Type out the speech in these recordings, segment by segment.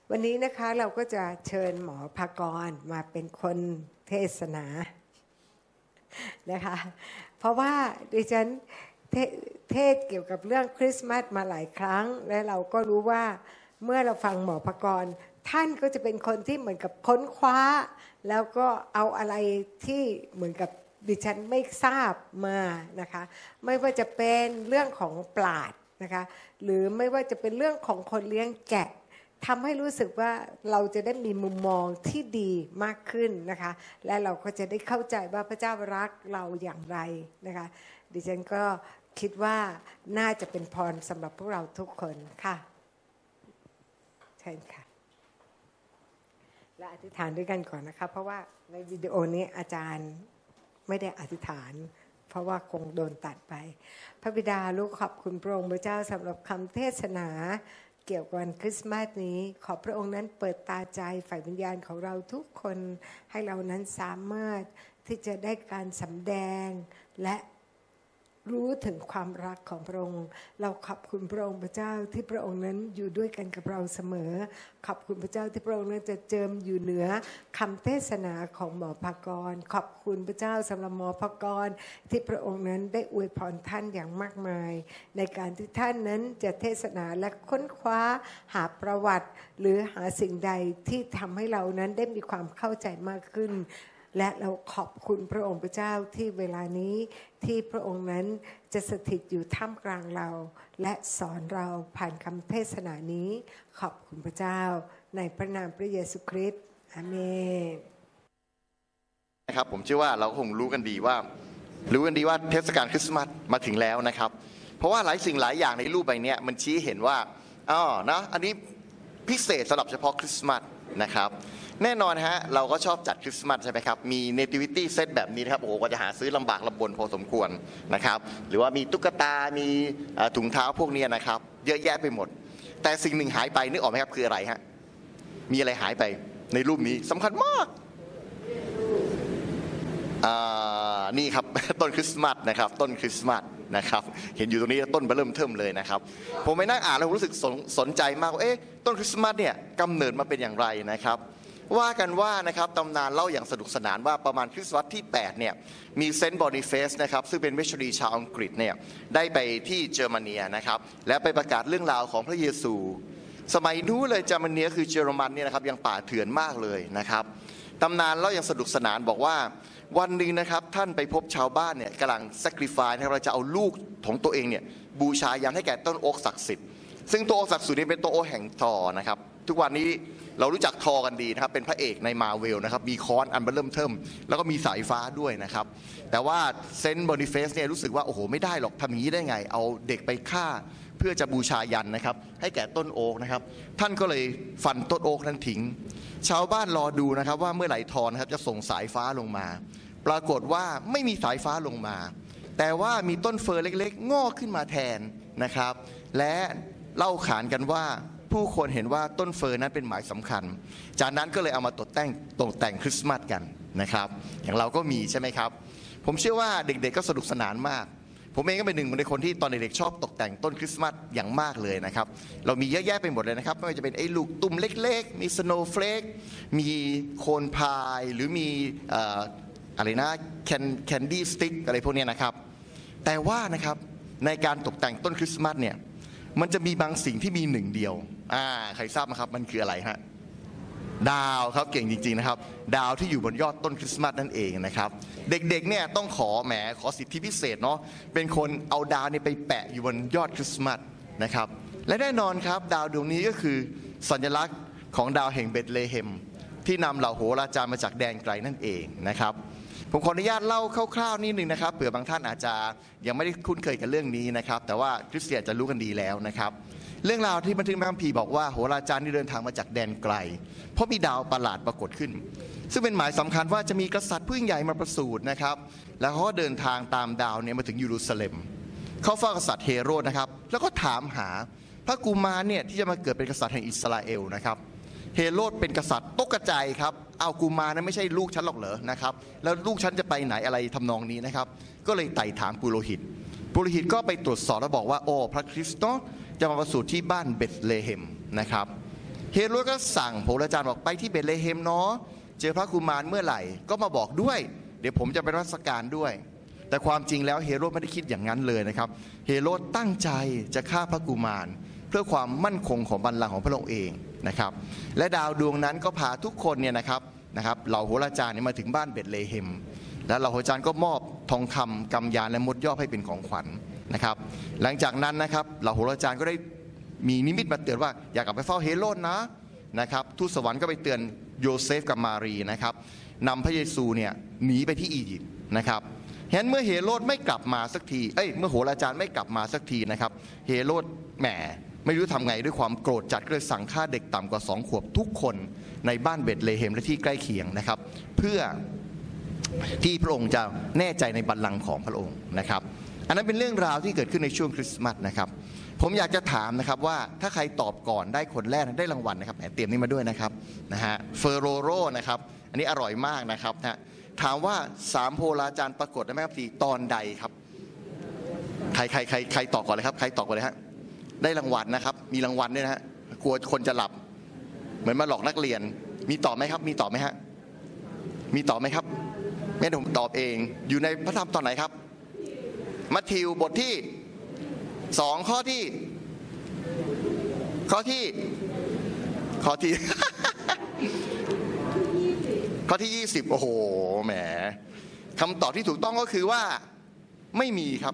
วันนี้นะคะเราก็จะเชิญหมอภากรมาเป็นคนเทศนานะคะเพราะว่าดิฉันเทศเกี่ยวกับเรื่องคริสต์มาสมาหลายครั้งและเราก็รู้ว่าเมื่อเราฟังหมอภากรท่านก็จะเป็นคนที่เหมือนกับค้นคว้าแล้วก็เอาอะไรที่เหมือนกับดิฉันไม่ทราบมานะคะไม่ว่าจะเป็นเรื่องของปราชญ์นะคะหรือไม่ว่าจะเป็นเรื่องของคนเลี้ยงแกะทำให้รู้สึกว่าเราจะได้มีมุมมองที่ดีมากขึ้นนะคะและเราก็จะได้เข้าใจว่าพระเจ้ารักเราอย่างไรนะคะดิฉันก็คิดว่าน่าจะเป็นพรสำหรับพวกเราทุกคนค่ะใช่ค่ะและอธิษฐานด้วยกันก่อนนะคะเพราะว่าในวิดีโอนี้อาจารย์ไม่ได้อธิษฐานเพราะว่าคงโดนตัดไปพระบิดาลูกขอบคุณพระองค์พระเจ้าสำหรับคำเทศนาเกี่ยวกับวันคริสต์มาสนี้ขอพระองค์นั้นเปิดตาใจฝ่ายวิญญาณของเราทุกคนให้เรานั้นสามารถที่จะได้การสำแดงและรู้ถึงความรักของพระองค์เราขอบคุณพระองค์พระเจ้าที่พระองค์นั้นอยู่ด้วยกันกับเราเสมอขอบคุณพระเจ้าที่พระองค์นั้นจะเจิมอยู่เหนือคำเทศนาของหมอภากรขอบคุณพระเจ้าสำหรับหมอภากรที่พระองค์นั้นได้อวยพรท่านอย่างมากมายในการที่ท่านนั้นจะเทศนาและค้นคว้าหาประวัติหรือหาสิ่งใดที่ทำให้เรานั้นได้มีความเข้าใจมากขึ้นและเราขอบคุณพระองค์พระเจ้าที่เวลานี้ที่พระองค์นั้นจะสถิตอยู่ท่ามกลางเราและสอนเราผ่านคำเทศนานี้ขอบคุณพระเจ้าในพระนามพระเยซูคริสต์อาเมนนะครับผมเชื่อว่าเราคงรู้กันดีว่าเทศกาลคริสต์มาสมาถึงแล้วนะครับเพราะว่าหลายสิ่งหลายอย่างในรูปใบนี้มันชี้เห็นว่านะอันนี้พิเศษสำหรับเฉพาะคริสต์มาสนะครับแน่นอนฮะเราก็ชอบจัดคริสต์มาสใช่ไหมครับมี nativity set แบบนี้นะครับโอ้โหก็จะหาซื้อลำบากลำบนพอสมควรนะครับหรือว่ามีตุ๊กตามีถุงเท้าพวกนี้นะครับเยอะแยะไปหมดแต่สิ่งหนึ่งหายไปนึกออกไหมครับคืออะไรฮะมีอะไรหายไปในรูปนี้สำคัญมากนี่ครับต้นคริสต์มาสนะครับต้นคริสต์มาสนะครับเห็นอยู่ตรงนี้ต้นเริ่มเทิมเลยนะครับผมไปนั่งอ่านแล้วรู้สึกสนใจมากว่าต้นคริสต์มาสเนี่ยกำเนิดมาเป็นอย่างไรนะครับว่ากันว่านะครับตำนานเล่าอย่างสนุกสนานว่าประมาณคริสต์ศตวรรษที่8เนี่ยมีเซนต์บอนิเฟสนะครับซึ่งเป็นมิชชันนารีชาวอังกฤษเนี่ยได้ไปที่เยอรมนีนะครับและไปประกาศเรื่องราวของพระเยซูสมัยนู้นเลยเยอรมนีคือเยอรมันเนี่ยนะครับยังป่าเถื่อนมากเลยนะครับตำนานเล่าอย่างสนุกสนานบอกว่าวันหนึ่งนะครับท่านไปพบชาวบ้านเนี่ยกำลัง sacrifice เราจะเอาลูกของตัวเองเนี่ยบูชายันให้แก่ต้นโอ๊กศักดิ์สิทธิ์ซึ่งต้นโอ๊กศักดิ์สิทธิ์นี้เป็นต้นโอ๊กแห่งทอนะครับทุกวันนี้เรารู้จักทอกันดีนะครับเป็นพระเอกในมาเวลนะครับมีค้อนอันเริ่มเทิมแล้วก็มีสายฟ้าด้วยนะครับแต่ว่าเซนต์บอนิเฟสเนี่ยรู้สึกว่าโอ้โหไม่ได้หรอกทำอย่างนี้ได้ไงเอาเด็กไปฆ่าเพื่อจะบูชายันนะครับให้แก่ต้นโอ๊กนะครับท่านก็เลยฟันต้นโอ๊กนั้นทิ้งชาวบ้านรอดูนะครับว่าเมื่อไหร่ทอนะครับจะส่งสายฟ้าลงมาปรากฏว่าไม่มีสายฟ้าลงมาแต่ว่ามีต้นเฟิร์นเล็กๆงอกขึ้นมาแทนนะครับและเล่าขานกันว่าผู้คนเห็นว่าต้นเฟิร์นนั้นเป็นหมายสำคัญจากนั้นก็เลยเอามาตกแต่งคริสต์มาสกันนะครับอย่างเราก็มีใช่ไหมครับผมเชื่อว่าเด็กๆก็สนุกสนานมากผมเองก็เป็นหนึ่งในคนที่ตอนเด็กๆชอบตกแต่งต้นคริสต์มาสอย่างมากเลยนะครับเรามีเยอะแยะไปหมดเลยนะครับไม่ว่าจะเป็นไอ้ลูกตุ่มเล็กๆมีสโนว์เฟลกมีโคนพายหรือมีอะไรนะแคนดี้สติ๊กอะไรพวกนี้นะครับแต่ว่านะครับในการตกแต่งต้นคริสต์มาสเนี่ยมันจะมีบางสิ่งที่มีหนึ่งเดียวใครทราบไหมครับมันคืออะไรฮะดาวครับเก่งจริงๆนะครับดาวที่อยู่บนยอดต้นคริสต์มาสนั่นเองนะครับเด็กๆเนี่ยต้องขอสิทธิพิเศษเนาะเป็นคนเอาดาวนี่ไปแปะอยู่บนยอดคริสต์มาสนะครับและแน่นอนครับดาวดวงนี้ก็คือสัญลักษณ์ของดาวแห่งเบธเลเฮมที่นำเหล่าโหราจารย์มาจากแดนไกลนั่นเองนะครับผมขออนุญาตเล่าคร่าวๆนิดนึงนะครับเผื่อบางท่านอาจจะยังไม่ได้คุ้นเคยกับเรื่องนี้นะครับแต่ว่าคริสเตียนจะรู้กันดีแล้วนะครับเรื่องราวที่บันทึกในพระคัมภีร์บอกว่าโหราจารย์ที่เดินทางมาจากแดนไกลเพราะมีดาวประหลาดปรากฏขึ้นซึ่งเป็นหมายสำคัญว่าจะมีกษัตริย์ผู้ยิ่งใหญ่มาประสูตินะครับแล้วเขาก็เดินทางตามดาวเนี่ยมาถึงเยรูซาเล็มเขาเฝ้ากษัตริย์เฮโรดนะครับแล้วก็ถามหาพระกุมารเนี่ยที่จะมาเกิดเป็นกษัตริย์แห่งอิสราเอลนะครับเฮโรดเป็นกษัตริย์ตกกระจายครับเอากุมารนั้นไม่ใช่ลูกฉันหรอกเหรอนะครับแล้วลูกฉันจะไปไหนอะไรทำนองนี้นะครับก็เลยไต่ถามปุโรหิตก็ไปตรวจสอบแล้วบอกว่าโอ้พระคริสต์จะมาประสูติที่บ้านเบธเลเฮมนะครับเฮเฮโรดก็สั่งโหราจารย์บอกไปที่เบธเลเฮมเนาะเจอพระกุมารเมื่อไหร่ก็มาบอกด้วยเดี๋ยวผมจะไปนมัสการด้วยแต่ความจริงแล้วเฮโรดไม่ได้คิดอย่างนั้นเลยนะครับเฮโรดตั้งใจจะฆ่าพระกุมารเพื่อความมั่นคงของบัลลังก์ของพระองค์เองนะครับและดาวดวงนั้นก็พาทุกคนเนี่ยนะครับเหล่าโหราจารย์มาถึงบ้านเบธเลเฮมและเหล่าโหราจารย์ก็มอบทองคำกำยานและมดยอบให้เป็นของขวัญนะครับหลังจากนั้นนะครับเหล่าโหราจารย์ก็ได้มีนิมิตมาเตือนว่าอย่ากลับไปเฝ้าเฮโรดนะครับทูตสวรรค์ก็ไปเตือนโยเซฟกับมารีนะครับนำพระเยซูเนี่ยหนีไปที่อียิปต์นะครับเห็นเมื่อเฮโรดไม่กลับมาสักทีเมื่อโหราจารย์ไม่กลับมาสักทีนะครับเฮโรดแหมไม่รู้ทำไงด้วยความโกรธจัดก็เลยสั่งฆ่าเด็กต่ำกว่า2 ขวบทุกคนในบ้านเบธเลเฮมและที่ใกล้เคียงนะครับเพื่อที่พระองค์จะแน่ใจในบัลลังก์ของพระองค์นะครับอันนั้นเป็นเรื่องราวที่เกิดขึ้นในช่วงคริสต์มาสนะครับผมอยากจะถามนะครับว่าถ้าใครตอบก่อนได้คนแรกได้รางวัลนะครับเตรียมนี้มาด้วยนะครับเฟอร์โรโรนะครับอันนี้อร่อยมากนะครับถามว่า3โหราจารย์ปรากฏได้ไหมครับตอนใดครับใครตอบก่อนเลยครับใครตอบก่อนเลยฮะได้รางวัลนะครับมีรางวัลด้วยนะฮะกลัวคนจะหลับเหมือนมาหลอกนักเรียนมีตอบไหมครับมีตอบไหมฮะมีตอบไหมครับแม่ผมตอบเองอยู่ในพระธรรมตอนไหนครับมัทธิวบทที่2ข้อที่ข้อที่20โอ้โหแหมคำตอบที่ถูกต้องก็คือว่าไม่มีครับ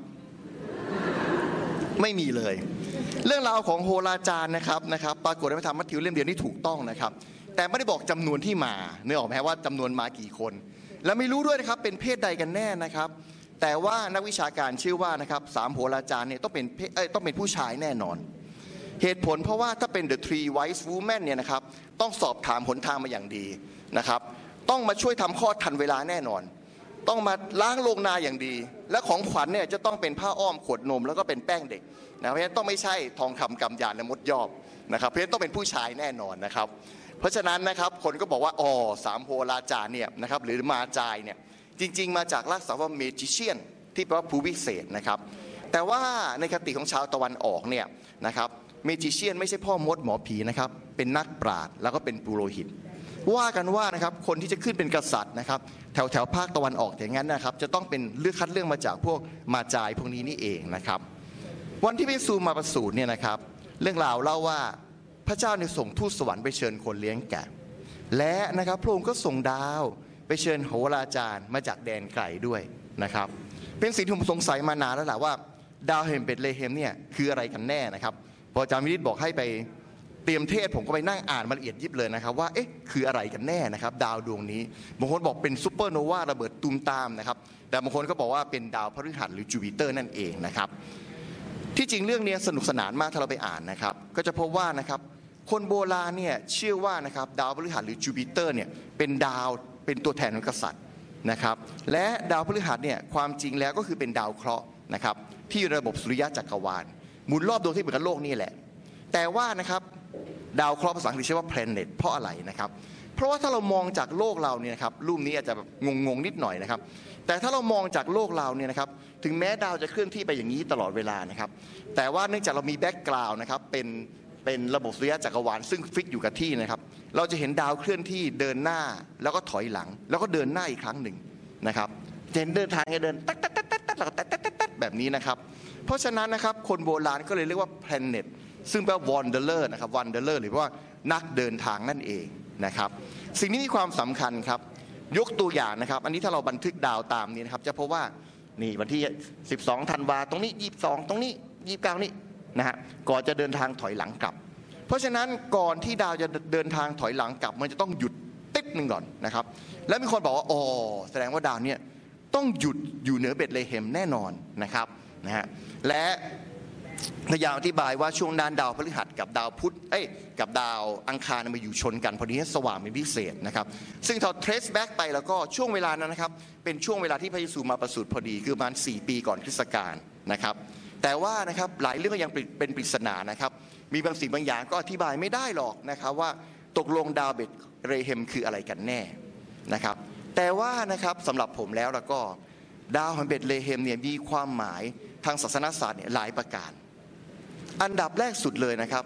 ไม่มีเลยเรื่องราวของโหราจารย์นะครับปรากฏในพระธรรมมัทธิวเล่มเดียวนี่ถูกต้องนะครับแต่ไม่ได้บอกจำนวนที่มาเนื้อออกไหมว่าจำนวนมากี่คนและไม่รู้ด้วยนะครับเป็นเพศใดกันแน่นะครับแต่ว่านักวิชาการเชื่อว่านะครับ3โหราจารย์เนี่ยต้องเป็นผู้ชายแน่นอนเหตุผลเพราะว่าถ้าเป็น The Three Wise Women เนี่ยนะครับต้องสอบถามหนทางมาอย่างดีนะครับต้องมาช่วยทำข้อทันเวลาแน่นอนต้องมาล้างโรงนาอย่างดีและของขวัญเนี่ยจะต้องเป็นผ้าอ้อมขวดนมแล้วก็เป็นแป้งเด็กนะเพราะฉะนั้นต้องไม่ใช่ทองคำกำยานและมดยอบนะครับเพราะฉะนั้นต้องเป็นผู้ชายแน่นอนนะครับเพราะฉะนั้นนะครับคนก็บอกว่า3โหราจารย์เนี่ยนะครับหรือมาจายเนี่ยจริงๆมาจากรากศัพท์ว่าเมจิเชียนที่แปลว่าผู้วิเศษนะครับแต่ว่าในคติของชาวตะวันออกเนี่ยนะครับเมจิเชียนไม่ใช่พ่อมดหมอผีนะครับเป็นนักปราชญ์แล้วก็เป็นปุโรหิตว่ากันว่านะครับคนที่จะขึ้นเป็นกษัตริย์นะครับแถวภาคตะวันออกอย่างนั้นนะครับจะต้องเป็นคัดเลือกมาจากพวกมาจายพวกนี้นี่เองนะครับวันที่พระเยซูมาประสูติเนี่ยนะครับเรื่องราวเล่าว่าพระเจ้าเนี่ยส่งทูตสวรรค์ไปเชิญคนเลี้ยงแกะและนะครับพระองค์ก็ส่งดาวไปเชิญโหราจารย์มาจากแดนไกลด้วยนะครับเป็นสิ่งที่ผมสงสัยมานานแล้วแหละว่าดาวแห่งเบธเลเฮมเนี่ยคืออะไรกันแน่นะครับพออาจารย์วินิตบอกให้ไปเตรียมเทศผมก็ไปนั่งอ่านมาละเอียดยิบเลยนะครับว่าคืออะไรกันแน่นะครับดาวดวงนี้บางคนบอกเป็นซูเปอร์โนวาระเบิดตูมตามนะครับแต่บางคนก็บอกว่าเป็นดาวพฤหัสหรือจูปิเตอร์นั่นเองนะครับที่จริงเรื่องนี้สนุกสนานมากถ้าเราไปอ่านนะครับก็จะพบว่านะครับคนโบราณเนี่ยเชื่อว่านะครับดาวพฤหัสหรือจูปิเตอร์เนี่ยเป็นดาวเป็นตัวแทนของกษัตริย์นะครับและดาวพฤหัสเนี่ยความจริงแล้วก็คือเป็นดาวเคราะห์นะครับที่ระบบสุริยะจักรวาลหมุนรอบดวงที่เหมือนกับโลกนี่แหละแต่ว่านะครับดาวเคราะห์ภาษาอังกฤษเรียกว่า planet เพราะอะไรนะครับเพราะว่าถ้าเรามองจากโลกเราเนี่ยนะครับรูปนี้อาจจะแบบงงนิดหน่อยนะครับแต่ถ้าเรามองจากโลกเราเนี่ยนะครับถึงแม้ดาวจะเคลื่อนที่ไปอย่างนี้ตลอดเวลานะครับแต่ว่าเนื่องจากเรามีแบ็กกราวด์นะครับเป็นระบบสุริยะจักรวาลซึ่งฟิกอยู่กับที่นะครับเราจะเห็นดาวเคลื่อนที่เดินหน้าแล้วก็ถอยหลังแล้วก็เดินหน้าอีกครั้งหนึ่งนะครับเดินทางเดินตั๊ดแบบนี้นะครับเพราะฉะนั้นนะครับคนโบราณก็เลยเรียกว่า planet ซึ่งแปลว่า wanderer นะครับ wanderer หรือว่านักเดินทางนั่นเองนะครับสิ่งนี้มีความสำคัญครับยกตัวอย่างนะครับอันนี้ถ้าเราบันทึกดาวตามนี้นะครับจะพบว่านี่วันที่12ธันวาตรงนี้22ตรงนี้29นี่นะฮะก่อนจะเดินทางถอยหลังกลับเพราะฉะนั้นก่อนที่ดาวจะเดินทางถอยหลังกลับมันจะต้องหยุดติ๊บหนึ่งก่อนนะครับแล้วมีคนบอกว่าแสดงว่าดาวเนี่ยต้องหยุดอยู่เหนือเบธเลเฮมแน่นอนนะครับนะฮะและพยายามอธิบายว่าช่วงนั้นดาวพฤหัสกับดาวพุธกับดาวอังคารมาอยู่ชนกันพอดีให้สว่างเป็นพิเศษนะครับซึ่งถ้า trace back ไปแล้วก็ช่วงเวลานั้นนะครับเป็นช่วงเวลาที่พระเยซูมาประสูติพอดีคือประมาณ4 ปีก่อนคริสตกาลนะครับแต่ว่านะครับหลายเรื่องก็ยังเป็นปริศนานะครับมีบางสิ่งบางอย่างก็อธิบายไม่ได้หรอกนะครับว่าตกลงดาวเบธเลเฮมคืออะไรกันแน่นะครับแต่ว่านะครับสำหรับผมแล้วก็ดาวแห่งเบธเลเฮมเนี่ยมีความหมายทางศาสนศาสตร์เนี่ยหลายประการอันดับแรกสุดเลยนะครับ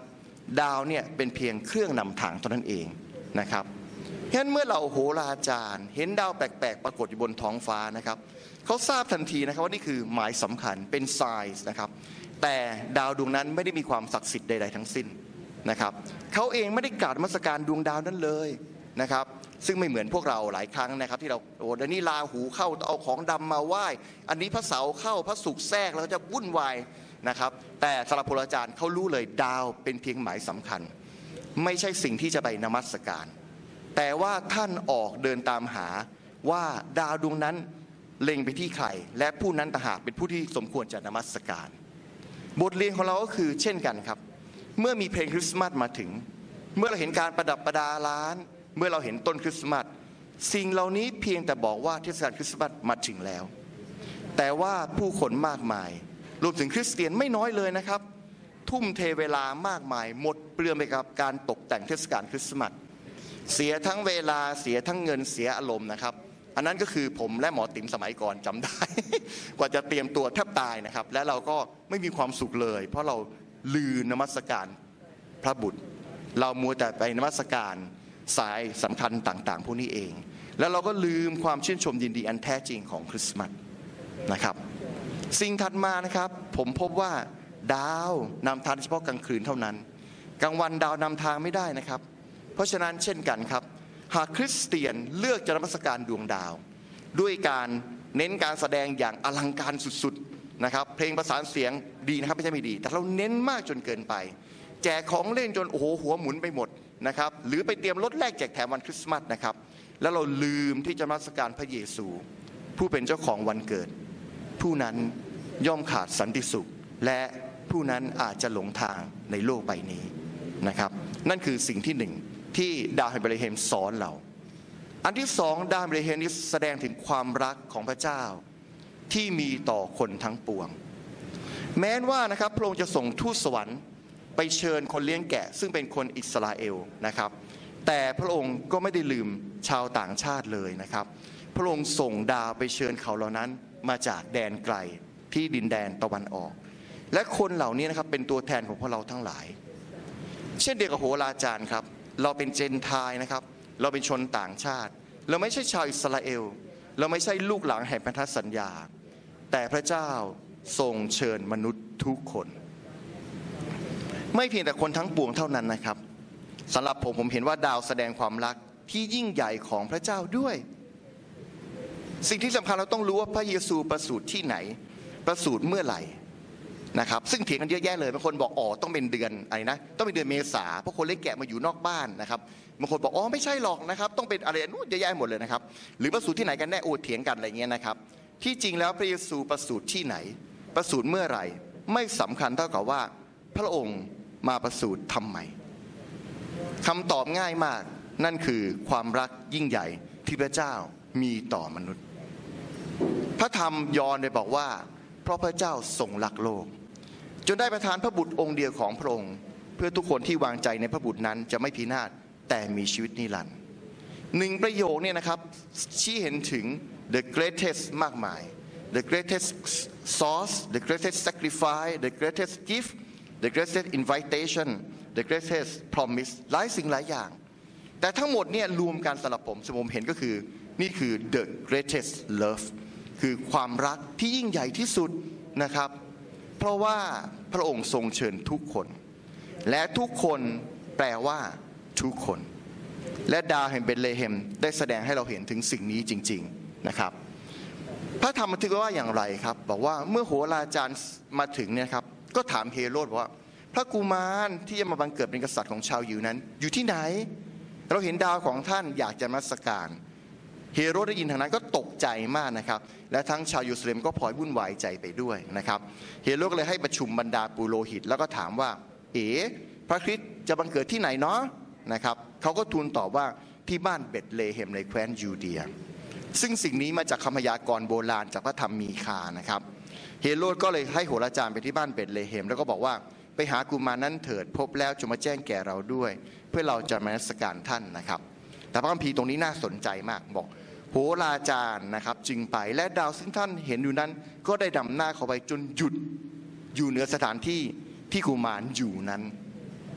ดาวเนี่ยเป็นเพียงเครื่องนำทางเท่านั้นเองนะครับฉะนั้นเมื่อเราโหราจารย์เห็นดาวแปลกๆปรากฏอยู่บนท้องฟ้านะครับเขาทราบทันทีนะครับว่านี่คือหมายสำคัญเป็นไซน์นะครับแต่ดาวดวงนั้นไม่ได้มีความศักดิ์สิทธิ์ใดๆทั้งสิ้นนะครับเขาเองไม่ได้กราบนมัสการดวงดาวนั้นเลยนะครับซึ่งไม่เหมือนพวกเราหลายครั้งนะครับที่เราโอ้เดี๋ยวนี้ราหูเข้าเอาของดำมาไหว้อันนี้พระเสาร์เข้าพระศุกร์แทรกแล้วจะวุ่นวายนะครับแต่สำหรับโหราจารย์เขารู้เลยดาวเป็นเพียงหมายสำคัญไม่ใช่สิ่งที่จะไปนมัสการแต่ว่าท่านออกเดินตามหาว่าดาวดวงนั้นเล็งไปที่ใครและผู้นั้นต่างหากเป็นผู้ที่สมควรจะนมัสการบทเรียนของเราก็คือเช่นกันครับเมื่อมีเพลงคริสต์มาสมาถึงเมื่อเราเห็นการประดับประดาร้านเมื่อเราเห็นต้นคริสต์มาสสิ่งเหล่านี้เพียงแต่บอกว่าเทศกาลคริสต์มาสมาถึงแล้วแต่ว่าผู้คนมากมายรวมถึงคริสเตียนไม่น้อยเลยนะครับทุ่มเทเวลามากมายหมดเปลืองไปกับการตกแต่งเทศกาลคริสต์มาสเสียทั้งเวลาเสียทั้งเงินเสียอารมณ์นะครับอันนั้นก็คือผมและหมอติ๋มสมัยก่อนจำได้ กว่าจะเตรียมตัวแทบตายนะครับและเราก็ไม่มีความสุขเลยเพราะเราลืมนมัสการพระบุตรเรามัวแต่ไปนมัสการสายสำคัญต่างๆพวกนี้เองแล้วเราก็ลืมความชื่นชมยินดีอันแท้จริงของคริสต์มาสนะครับสิ่งถัดมานะครับผมพบว่าดาวนำทางเฉพาะกลางคืนเท่านั้นกลางวันดาวนำทางไม่ได้นะครับเพราะฉะนั้นเช่นกันครับหากคริสเตียนเลือกจะนมัสการดวงดาวด้วยการเน้นการแสดงอย่างอลังการสุดๆนะครับเพลงประสานเสียงดีนะครับไม่ใช่ไม่ดีแต่เราเน้นมากจนเกินไปแจกของเล่นจนโอ้โหหัวหมุนไปหมดนะครับหรือไปเตรียมรถแลกแจกแถมวันคริสต์มาสนะครับแล้วเราลืมที่จะนมัสการพระเยซูผู้เป็นเจ้าของวันเกิดผู้นั้นย่อมขาดสันติสุขและผู้นั้นอาจจะหลงทางในโลกใบนี้นะครับนั่นคือสิ่งที่หนึ่งที่ดาวแห่งเบธเลเฮมสอนเราอันที่สองดาวแห่งเบธเลเฮมนี้แสดงถึงความรักของพระเจ้าที่มีต่อคนทั้งปวงแม้ว่านะครับพระองค์จะส่งทูตสวรรค์ไปเชิญคนเลี้ยงแกะซึ่งเป็นคนอิสราเอลนะครับแต่พระองค์ก็ไม่ได้ลืมชาวต่างชาติเลยนะครับพระองค์ส่งดาวไปเชิญเขาเหล่านั้นมาจากแดนไกลที่ดินแดนตะวันออกและคนเหล่านี้นะครับเป็นตัวแทนของพวกเราทั้งหลายเช่นเดียวกับโหราจารย์ครับเราเป็นเจนไทล์นะครับเราเป็นชนต่างชาติเราไม่ใช่ชาวอิสราเอลเราไม่ใช่ลูกหลานแห่งพันธสัญญาแต่พระเจ้าทรงเชิญมนุษย์ทุกคนไม่เพียงแต่คนทั้งปวงเท่านั้นนะครับสำหรับผมเห็นว่าดาวแสดงความรักที่ยิ่งใหญ่ของพระเจ้าด้วยสิ่งที่สำคัญเราต้องรู้ว่าพระเยซูประสูติที่ไหนประสูติเมื่อไหร่นะครับซึ่งเถียงกันเยอะแยะเลยบางคนบอกอ๋อต้องเป็นเดือนอะไรนะต้องเป็นเดือนเมษาเพราะคนเลี้ยงแกะมาอยู่นอกบ้านนะครับบางคนบอกอ๋อไม่ใช่หรอกนะครับต้องเป็นอะไรนู่นเยอะแยะหมดเลยนะครับหรือประสูติที่ไหนกันแน่โอ้เถียงกันอะไรเงี้ยนะครับที่จริงแล้วพระเยซูประสูติที่ไหนประสูติเมื่อไหร่ไม่สำคัญเท่ากับว่าพระองค์มาประสูติทำไมคำตอบง่ายมากนั่นคือความรักยิ่งใหญ่ที่พระเจ้ามีต่อมนุษย์พระธรรมยอห์นได้บอกว่าเพราะพระเจ้าทรงรักโลกจนได้ประทานพระบุตรองค์เดียวของพระองค์เพื่อทุกคนที่วางใจในพระบุตรนั้นจะไม่พินาศแต่มีชีวิตนิรันดร์หนึ่งประโยคเนี่ยนะครับชี้เห็นถึง the greatest มากมาย the greatest source the greatest sacrifice the greatest gift the greatest invitation the greatest promise หลายสิ่งหลายอย่างแต่ทั้งหมดเนี่ยรวมกันสำหรับผมเห็นก็คือนี่คือ the greatest love คือความรักที่ยิ่งใหญ่ที่สุดนะครับเพราะว่าพระองค์ทรงเชิญทุกคนและทุกคนแปลว่าทุกคนและดาวแห่งเบธเลเฮมได้แสดงให้เราเห็นถึงสิ่งนี้จริงๆนะครับพระธรรมบันทึกว่าอย่างไรครับบอกว่าเมื่อโหราจารย์มาถึงเนี่ยครับก็ถามเฮโรดว่าพระกุมารที่จะมาบังเกิดเป็นกษัตริย์ของชาวยิวนั้นอยู่ที่ไหนเราเห็นดาวของท่านอยากจะนมัสการเฮโรดได้ยินทางนั้นก็ตกใจมากนะครับและทั้งชาวเยรูซาเล็มก็พลอยวุ่นวายใจไปด้วยนะครับเฮโรดก็เลยให้ประชุมบรรดาปุโรหิตแล้วก็ถามว่าพระคริสต์จะบังเกิดที่ไหนเนาะนะครับเขาก็ทูลตอบว่าที่บ้านเบธเลเฮมในแคว้นยูเดียซึ่งสิ่งนี้มาจากคำพยากรณ์โบราณจากพระธรรมมีคานะครับเฮโรดก็เลยให้โหราจารย์ไปที่บ้านเบธเลเฮมแล้วก็บอกว่าไปหากุมารนั้นเถิดพบแล้วจะมาแจ้งแก่เราด้วยเพื่อเราจะนมัสการท่านนะครับแต่พระคัมภีร์ตรงนี้น่าสนใจมากบอกโหราจารย์นะครับจึงไปและดาวซึ่งท่านเห็นอยู่นั้นก็ได้ดำหน้าเข้าไปจนหยุดอยู่เหนือสถานที่ที่กุมารอยู่นั้น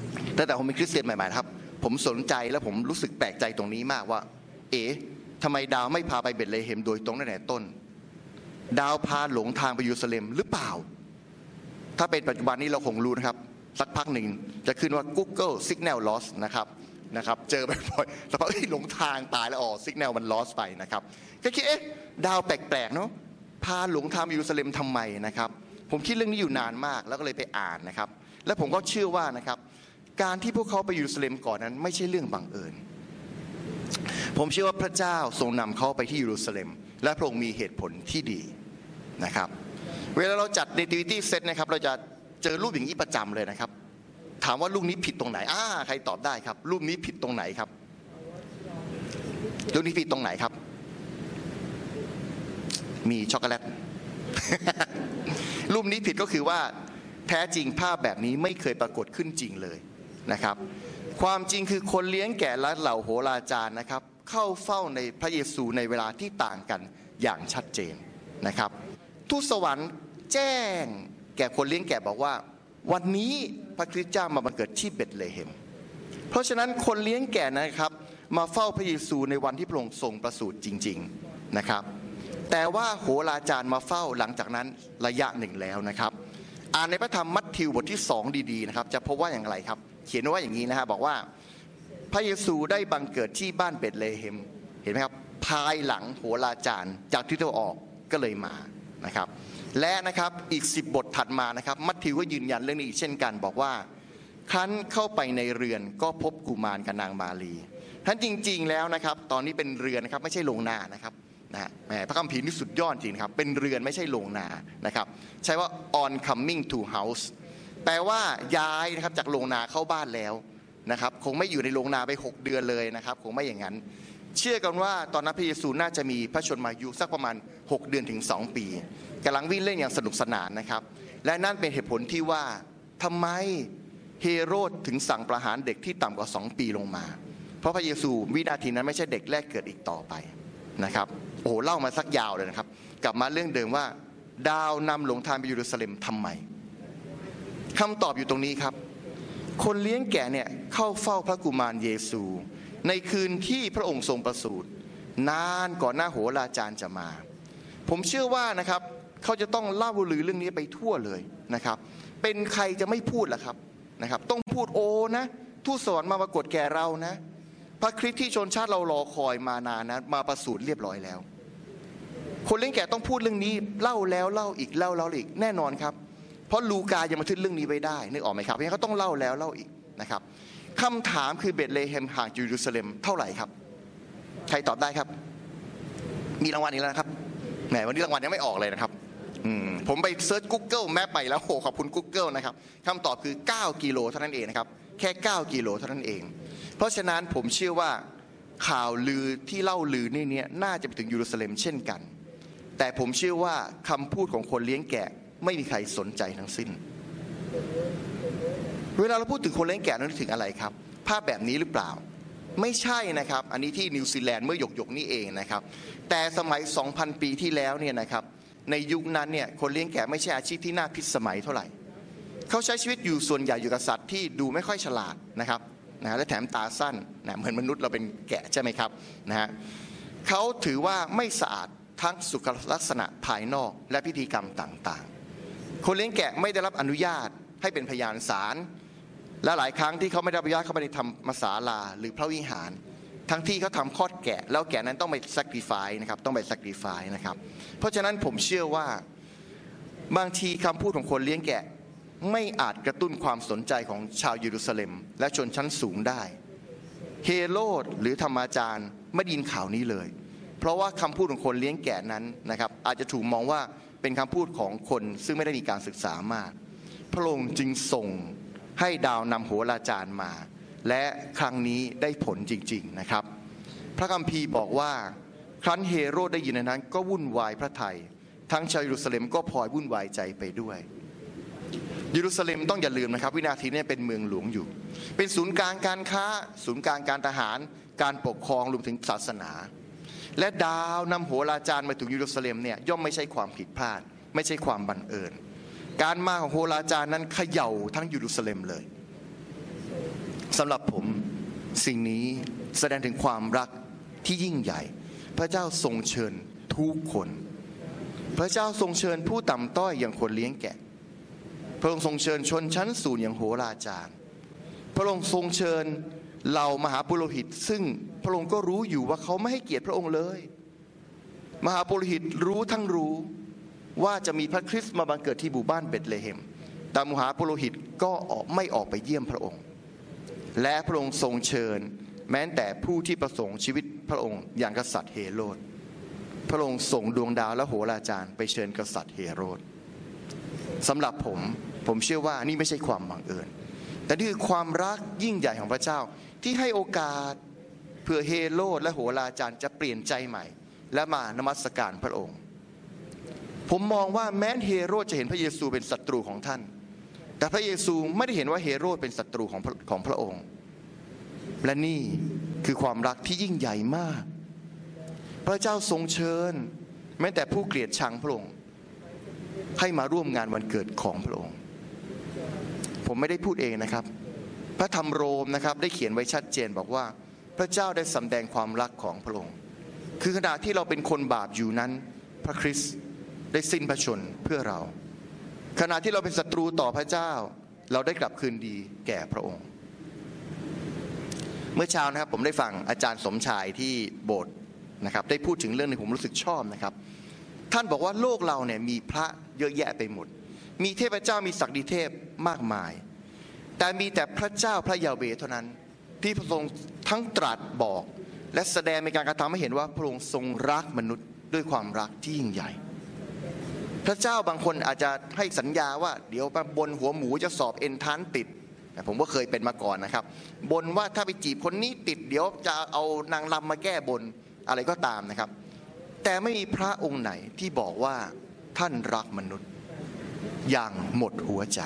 แต่ผมเป็นคริสเตียนใหม่ๆครับผมสนใจและผมรู้สึกแปลกใจตรงนี้มากว่าทำไมดาวไม่พาไปเบธเลเฮมโดยตรงตั้งแต่ต้นดาวพาหลงทางไปเยรูซาเล็มหรือเปล่าถ้าเป็นปัจจุบันนี้เราคงรู้นะครับสักพักหนึ่งจะขึ้นว่า Google Signal Loss นะครับเจอบ่อยๆสักพักหลงทางตายแล้วSignal มัน loss ไปนะครับก็คิดดาวแปลกๆเนาะพาหลงทางไปเยรูซาเล็มทำไมนะครับผมคิดเรื่องนี้อยู่นานมากแล้วก็เลยไปอ่านนะครับและผมก็เชื่อว่านะครับการที่พวกเขาไปเยรูซาเล็มก่อนนั้นไม่ใช่เรื่องบังเอิญผมเชื่อว่าพระเจ้าทรงนำเขาไปที่เยรูซาเล็มและพระองค์มีเหตุผลที่ดีนะครับเวลาเราจัด Nativity Set นะครับเราจะเจอรูปอย่างนี้ประจำเลยนะครับถามว่ารูปนี้ผิดตรงไหนใครตอบได้ครับรูปนี้ผิดตรงไหนครับรูปนี้ผิดตรงไหนครับมีช็อกโกแลต รูปนี้ผิดก็คือว่าแท้จริงภาพแบบนี้ไม่เคยปรากฏขึ้นจริงเลยนะครับความจริงคือคนเลี้ยงแกะและเหล่าโหราจารย์นะครับเข้าเฝ้าในพระเยซูในเวลาที่ต่างกันอย่างชัดเจนนะครับทูตสวรรค์แจ้งแก่คนเลี้ยงแกะบอกว่าวันนี้พระคริสต์เจ้ามาบังเกิดที่เบธเลเฮมเพราะฉะนั้นคนเลี้ยงแกะนะครับมาเฝ้าพระเยซูในวันที่พระองค์ทรงประสูติจริงๆนะครับแต่ว่าโหราจารย์มาเฝ้าหลังจากนั้นระยะหนึ่งแล้วนะครับอ่านในพระธรรมมัทธิวบทที่2ดีๆนะครับจะพบว่าอย่างไรครับเขียนว่าอย่างนี้นะฮะบอกว่าพระเยซูได้บังเกิดที่บ้านเบธเลเฮมเห็นไหมครับภายหลังโหราจารย์จากทิศตะวันออกก็เลยมานะครับและนะครับอีก10บทถัดมานะครับมัทธิวก็ยืนยันเรื่องนี้อีกเช่นกันบอกว่าครั้นเข้าไปในเรือนก็พบกุมารกับนางมารีท่านจริงๆแล้วนะครับตอนนี้เป็นเรือนนะครับไม่ใช่โรงนานะครับพระคัมภีร์นี่สุดยอดจริงครับเป็นเรือนไม่ใช่โรงนานะครับใช้ว่า on coming to house แปลว่าย้ายนะครับจากโรงนาเข้าบ้านแล้วนะครับคงไม่อยู่ในโรงนาไป6 เดือนเลยนะครับคงไม่อย่างนั้นเชื่อกันว่าตอนนั้นพระเยซูน่าจะมีพระชนมายุสักประมาณ6 เดือนถึง2 ปีกำลังวิ่งเล่นอย่างสนุกสนานนะครับและนั่นเป็นเหตุผลที่ว่าทำไมเฮโรดถึงสั่งประหารเด็กที่ต่ำกว่า2 ปีลงมาเพราะพระเยซูวินาทีนั้นไม่ใช่เด็กแรกเกิดอีกต่อไปนะครับโอ้โหเล่ามาสักยาวเลยนะครับกลับมาเรื่องเดิมว่าดาวนำหลงทางไปเยรูซาเล็มทำไมคำตอบอยู่ตรงนี้ครับคนเลี้ยงแกะเนี่ยเข้าเฝ้าพระกุมารเยซูในคืนที่พระองค์ทรงประสูตินานก่อนหน้าโหราจารย์จะมาผมเชื่อว่านะครับเขาจะต้องเล่าลือเรื่องนี้ไปทั่วเลยนะครับเป็นใครจะไม่พูดล่ะครับนะครับต้องพูดนะทูตสวรรค์มาปรากฏแก่เรานะพระคริสต์ที่ชนชาติเรารอคอยมานานนะมาประสูติเรียบร้อยแล้วคนเลี้ยงแกะต้องพูดเรื่องนี้เล่าแล้วเล่าอีกเล่าอีกแน่นอนครับเพราะลูกายังบันทึกเรื่องนี้ไว้ได้นึกออกไหมครับเพราะฉะนั้นเขาต้องเล่าแล้วเล่าอีกนะครับคำถามคือเบธเลเฮมห่างจากเยรูซาเล็มเท่าไหร่ครับใครตอบได้ครับมีรางวัลอีกแล้วนะครับแหมวันนี้รางวัลยังไม่ออกเลยนะครับผมไปเซิร์ช Google Map ไปแล้วขอบคุณ Google นะครับคำตอบคือ9 กิโลเท่านั้นเองนะครับแค่9 กิโลเท่านั้นเองเพราะฉะนั้นผมเชื่อว่าข่าวลือที่เล่าลือนี่น่าจะไปถึงเยรูซาเล็มเช่นกันแต่ผมเชื่อว่าคำพูดของคนเลี้ยงแกะไม่มีใครสนใจทั้งสิ้นเวลาเราพูดถึงคนเลี้ยงแกะนึกถึงอะไรครับภาพแบบนี้หรือเปล่าไม่ใช่นะครับอันนี้ที่นิวซีแลนด์เมื่อหยกนี่เองนะครับแต่สมัย 2,000 ปีที่แล้วเนี่ยนะครับในยุคนั้นเนี่ยคนเลี้ยงแกะไม่ใช่อาชีพที่น่าพิสมัยเท่าไหร่เขาใช้ชีวิตอยู่ส่วนใหญ่อยู่กับสัตว์ที่ดูไม่ค่อยฉลาดนะครับและแถมตาสั้นเหมือนมนุษย์เราเป็นแกะใช่ไหมครับเขาถือว่าไม่สะอาดทั้งสุขลักษณะภายนอกและพิธีกรรมต่างๆคนเลี้ยงแกะไม่ได้รับอนุญาตให้เป็นพยานศาลและหลายครั้งที่เขาไม่ได้รับอนุญาตเข้าไปในธรรมศาลาหรือพระวิหารทั้งที่เขาทำคลอดแกะแล้วแกะนั้นต้องไป sacrifice นะครับต้องไป sacrifice นะครับเพราะฉะนั้นผมเชื่อว่าบางทีคำพูดของคนเลี้ยงแกะไม่อาจกระตุ้นความสนใจของชาวเยรูซาเล็มและชนชั้นสูงได้เฮโรดหรือธรรมาจารย์ไม่ได้ยินข่าวนี้เลยเพราะว่าคำพูดของคนเลี้ยงแกะนั้นนะครับอาจจะถูกมองว่าเป็นคำพูดของคนซึ่งไม่ได้มีการศึกษามากพระองค์จึงส่งให้ดาวนำโหราจารย์มาและครั้งนี้ได้ผลจริงๆนะครับพระคัมภีร์บอกว่าครั้นเฮโรดได้ยินนั้นก็วุ่นวายพระทัยทั้งชาวเยรูซาเล็มก็พลอยวุ่นวายใจไปด้วยเยรูซาเล็มต้องอย่าลืมนะครับวินาทีนี้เป็นเมืองหลวงอยู่เป็นศูนย์กลางการค้าศูนย์กลางการทหารการปกครองรวมถึงศาสนาและดาวนำโหราจารย์มาถึงเยรูซาเล็มเนี่ยย่อมไม่ใช่ความผิดพลาดไม่ใช่ความบังเอิญการมาของโหราจารย์นั้นเขย่าทั้งเยรูซาเล็มเลยสำหรับผมสิ่งนี้แสดงถึงความรักที่ยิ่งใหญ่พระเจ้าทรงเชิญทุกคนพระเจ้าทรงเชิญผู้ต่ำต้อยอย่างคนเลี้ยงแกะพระองค์ทรงเชิญชนชั้นสูงอย่างโหราจารย์พระองค์ทรงเชิญเหล่ามหาปุโรหิตซึ่งพระองค์ก็รู้อยู่ว่าเขาไม่ให้เกียรติพระองค์เลยมหาปุโรหิตรู้ทั้งรู้ว่าจะมีพระคริสต์มาบังเกิดที่หมู่บ้านเบธเลเฮมแต่มหาปุโรหิตก็ไม่ออกไปเยี่ยมพระองค์และพระองค์ทรงเชิญแม้แต่ผู้ที่ประสงค์ชีวิตพระองค์อย่างกษัตริย์เฮโรดพระองค์ส่งดวงดาวและโหราจารย์ไปเชิญกษัตริย์เฮโรดสำหรับผมเชื่อว่านี่ไม่ใช่ความบังเอิญแต่นี่คือความรักยิ่งใหญ่ของพระเจ้าที่ให้โอกาสเพื่อเฮโรดและโหราจารย์จะเปลี่ยนใจใหม่และมานมัสการพระองค์ผมมองว่าแม้เฮโรดจะเห็นพระเยซูเป็นศัตรูของท่านแต่พระเยซูไม่ได้เห็นว่าเฮโรดเป็นศัตรูของพระองค์และนี่คือความรักที่ยิ่งใหญ่มากพระเจ้าทรงเชิญแม้แต่ผู้เกลียดชังพระองค์ให้มาร่วมงานวันเกิดของพระองค์ผมไม่ได้พูดเองนะครับพระธรรมโรมนะครับได้เขียนไว้ชัดเจนบอกว่าพระเจ้าได้สำแดงความรักของพระองค์คือขณะที่เราเป็นคนบาปอยู่นั้นพระคริสต์ได้สิ้นพระชนเพื่อเราขณะที่เราเป็นศัตรูต่อพระเจ้าเราได้กลับคืนดีแก่พระองค์เมื่อเช้านะครับผมได้ฟังอาจารย์สมชายที่โบสถ์นะครับได้พูดถึงเรื่องนึงผมรู้สึกชอบนะครับท่านบอกว่าโลกเราเนี่ยมีพระเยอะแยะไปหมดมีเทพเจ้ามีศักดิเทพมากมายแต่มีแต่พระเจ้าพระยาเวห์เท่านั้นที่พระองค์ทั้งตรัสบอกและแสดงในการกระทำให้เห็นว่าพระองค์ทรงรักมนุษย์ด้วยความรักที่ยิ่งใหญ่พระเจ้าบางคนอาจจะให้สัญญาว่าเดี๋ยวบนหัวหมูจะสอบเอนทรานซ์ติดผมก็เคยเป็นมาก่อนนะครับบนว่าถ้าไปจีบคนนี้ติดเดี๋ยวจะเอานางรำมาแก้บนอะไรก็ตามนะครับแต่ไม่มีพระองค์ไหนที่บอกว่าท่านรักมนุษย์อย่างหมดหัวใจ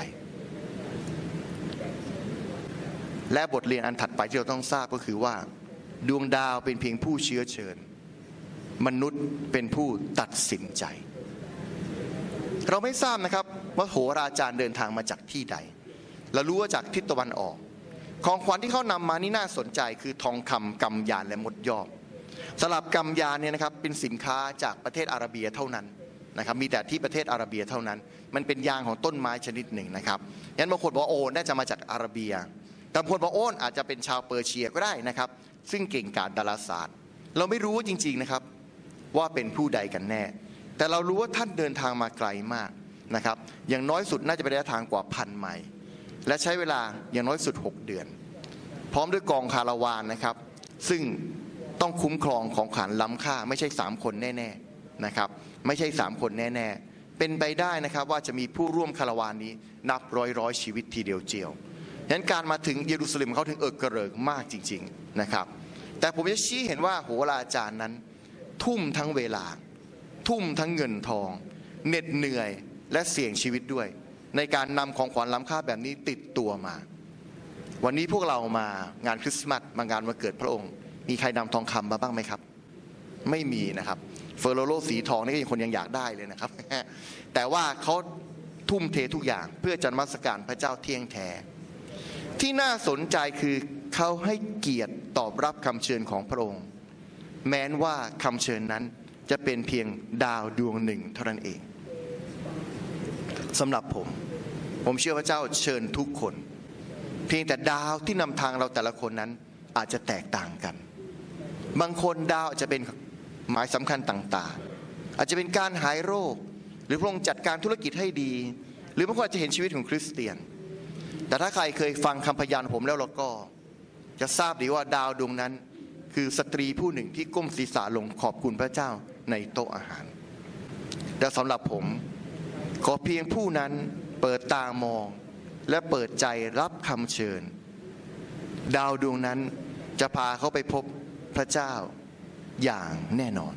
และบทเรียนอันถัดไปที่เราต้องทราบก็คือว่าดวงดาวเป็นเพียงผู้เชื้อเชิญมนุษย์เป็นผู้ตัดสินใจเราไม่ทราบนะครับว่าโหราจารย์เดินทางมาจากที่ใดเรารู้ว่าจากทิศตะวันออกของขวัญที่เขานำมานี่น่าสนใจคือทองคำกำยานและมดยอบสลับกำยานเนี่ยนะครับเป็นสินค้าจากประเทศอาระเบียเท่านั้นนะครับมีแต่ที่ประเทศอาระเบียเท่านั้นมันเป็นยางของต้นไม้ชนิดหนึ่งนะครับงั้นบางคนบอกโอ้น่าจะมาจากอาระเบียแต่บางคนบอกโอ้อาจจะเป็นชาวเปอร์เซียก็ได้นะครับซึ่งเก่งกาจดาราศาสตร์เราไม่รู้จริงๆนะครับว่าเป็นผู้ใดกันแน่แต่เรารู้ว่าท่านเดินทางมาไกลมากนะครับอย่างน้อยสุดน่าจะเป็นระยะทางกว่า1,000 ไมล์และใช้เวลาอย่างน้อยสุด6 เดือนพร้อมด้วยกองคาราวานนะครับซึ่งต้องคุ้มครองของขวัญล้ำค่าไม่ใช่3 คนแน่ๆนะครับไม่ใช่3 คนแน่ๆเป็นไปได้นะครับว่าจะมีผู้ร่วมคาราวานนี้นับร้อยชีวิตทีเดียวเจียวฉะนั้นการมาถึงเยรูซาเล็มเขาถึงกระเริกมากจริงๆนะครับแต่ผมจะชี้เห็นว่าโหราจารย์นั้นทุ่มทั้งเวลาทุ่มทั้งเงินทองเหน็ดเหนื่อยและเสี่ยงชีวิตด้วยในการนำของขวัญล้ำค่าแบบนี้ติดตัวมาวันนี้พวกเรามางานคริสต์มาสมางานวันเกิดพระองค์มีใครนำทองคำมาบ้างไหมครับไม่มีนะครับเฟอร์โรโลสีทองนี่ก็ยังคนยังอยากได้เลยนะครับ แต่ว่าเขาทุ่มเททุกอย่างเพื่อจะนมัสการพระเจ้าเที่ยงแท้ที่น่าสนใจคือเขาให้เกียรติตอบรับคำเชิญของพระองค์แม้ว่าคำเชิญนั้นจะเป็นเพียงดาวดวงหนึ่งเท่านั้นเองสำหรับผมเชื่อพระเจ้าเชิญทุกคนเพียงแต่ดาวที่นำทางเราแต่ละคนนั้นอาจจะแตกต่างกันบางคนดาวอาจจะเป็นหมายสำคัญต่างๆอาจจะเป็นการหายโรคหรือพระองค์จัดการธุรกิจให้ดีหรือบางคนอาจจะเห็นชีวิตของคริสเตียนแต่ถ้าใครเคยฟังคำพยานผมแล้วเราก็จะทราบดีว่าดาวดวงนั้นคือสตรีผู้หนึ่งที่ก้มศีรษะลงขอบคุณพระเจ้าในโต๊ะอาหารแต่สำหรับผมขอเพียงผู้นั้นเปิดตามองและเปิดใจรับคำเชิญดาวดวงนั้นจะพาเขาไปพบพระเจ้าอย่างแน่นอน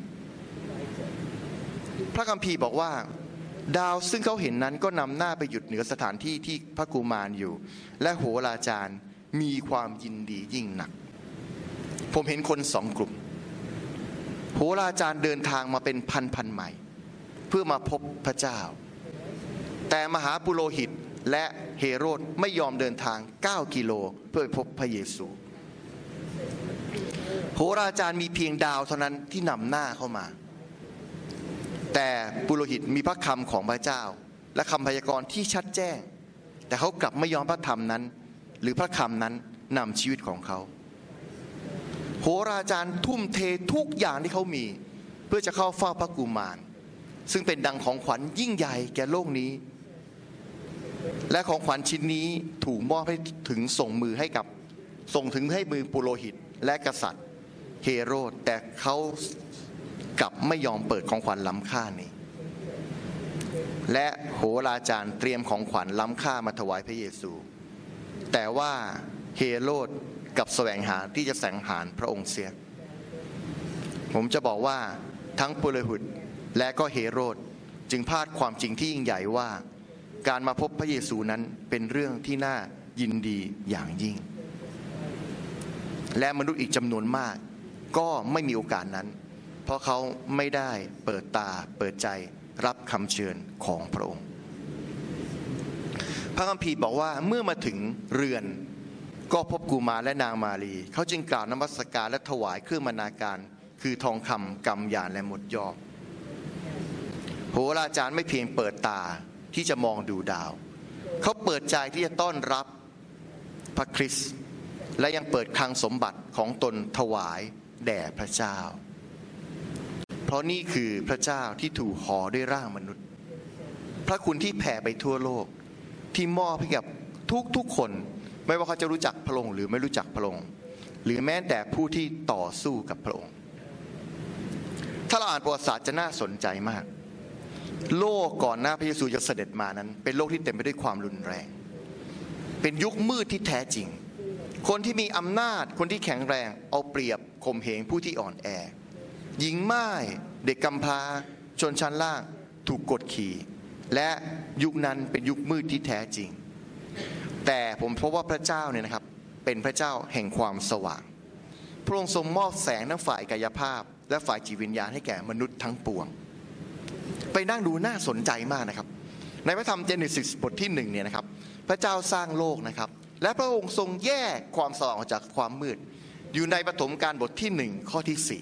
พระคัมภีร์บอกว่าดาวซึ่งเขาเห็นนั้นก็นำหน้าไปหยุดเหนือสถานที่ที่พระกุมารอยู่และโหราจารย์มีความยินดียิ่งหนักผมเห็นคน2 กลุ่มโหราจารย์เดินทางมาเป็นพันไมล์เพื่อมาพบพระเจ้าแต่มหาปุโรหิตและเฮโรดไม่ยอมเดินทาง9 กิโลเพื่อไปพบพระเยซูโหราจารย์มีเพียงดาวเท่านั้นที่นำหน้าเข้ามาแต่ปุโรหิตมีพระคำของพระเจ้าและคำพยากรณ์ที่ชัดแจ้งแต่เขากลับไม่ยอมพระธรรมนั้นหรือพระคำนั้นนำชีวิตของเขาโหราจารย์ทุ่มเททุกอย่างที่เขามีเพื่อจะเข้าเฝ้าพระกุมารซึ่งเป็นดังของขวัญยิ่งใหญ่แก่โลกนี้และของขวัญชิ้นนี้ถูกมอบให้ถึงส่งถึงให้มือปุโรหิตและกษัตริย์เฮโรดแต่เขากลับไม่ยอมเปิดของขวัญล้ำค่านี้และโหราจารย์เตรียมของขวัญล้ำค่ามาถวายพระเยซูแต่ว่าเฮโรดกับแสวงหาที่จะสังหารพระองค์เสียผมจะบอกว่าทั้งปุโรหิตและก็เฮโรดจึงพลาดความจริงที่ยิ่งใหญ่ว่าการมาพบพระเยซูนั้นเป็นเรื่องที่น่ายินดีอย่างยิ่งและมนุษย์อีกจำนวนมากก็ไม่มีโอกาสนั้นเพราะเขาไม่ได้เปิดตาเปิดใจรับคำเชิญของพระองค์พระคัมภีร์บอกว่าเมื่อมาถึงเรือนก็พบกุมารและนางมารีเขาจึงกล่าวนมัสการและถวายเครื่องบรรณาการคือทองคำกำยานและหมดยอดโหราจารย์ไม่เพียงเปิดตาที่จะมองดูดาวเขาเปิดใจที่จะต้อนรับพระคริสต์และยังเปิดคลังสมบัติของตนถวายแด่พระเจ้าเพราะนี่คือพระเจ้าที่ถูกห่อด้วยร่างมนุษย์พระคุณที่แผ่ไปทั่วโลกที่มอบให้กับทุกคนไม่ว่าเขาจะรู้จักพระองค์หรือไม่รู้จักพระองค์หรือแม้แต่ผู้ที่ต่อสู้กับพระองค์ถ้าเราอ่านประวัติศาสตร์จะน่าสนใจมากโลกก่อนหน้าพระเยซูจะเสด็จมานั้นเป็นโลกที่เต็มไปด้วยความรุนแรงเป็นยุคมืดที่แท้จริงคนที่มีอำนาจคนที่แข็งแรงเอาเปรียบข่มเหงผู้ที่อ่อนแอหญิงม่ายเด็กกำพร้าชนชั้นล่างถูกกดขี่และยุคนั้นเป็นยุคมืดที่แท้จริงแต่ผมพบว่าพระเจ้าเนี่ยนะครับเป็นพระเจ้าแห่งความสว่างพระองค์ทรงมอบแสงทั้งฝ่ายกายภาพและฝ่ายจิตวิญญาณให้แก่มนุษย์ทั้งปวงไปนั่งดูน่าสนใจมากนะครับในพระธรรมเจเนซิสบทที่1เนี่ยนะครับพระเจ้าสร้างโลกนะครับและพระองค์ทรงแยกความสว่างออกจากความมืดอยู่ในปฐมกาลบทที่1ข้อที่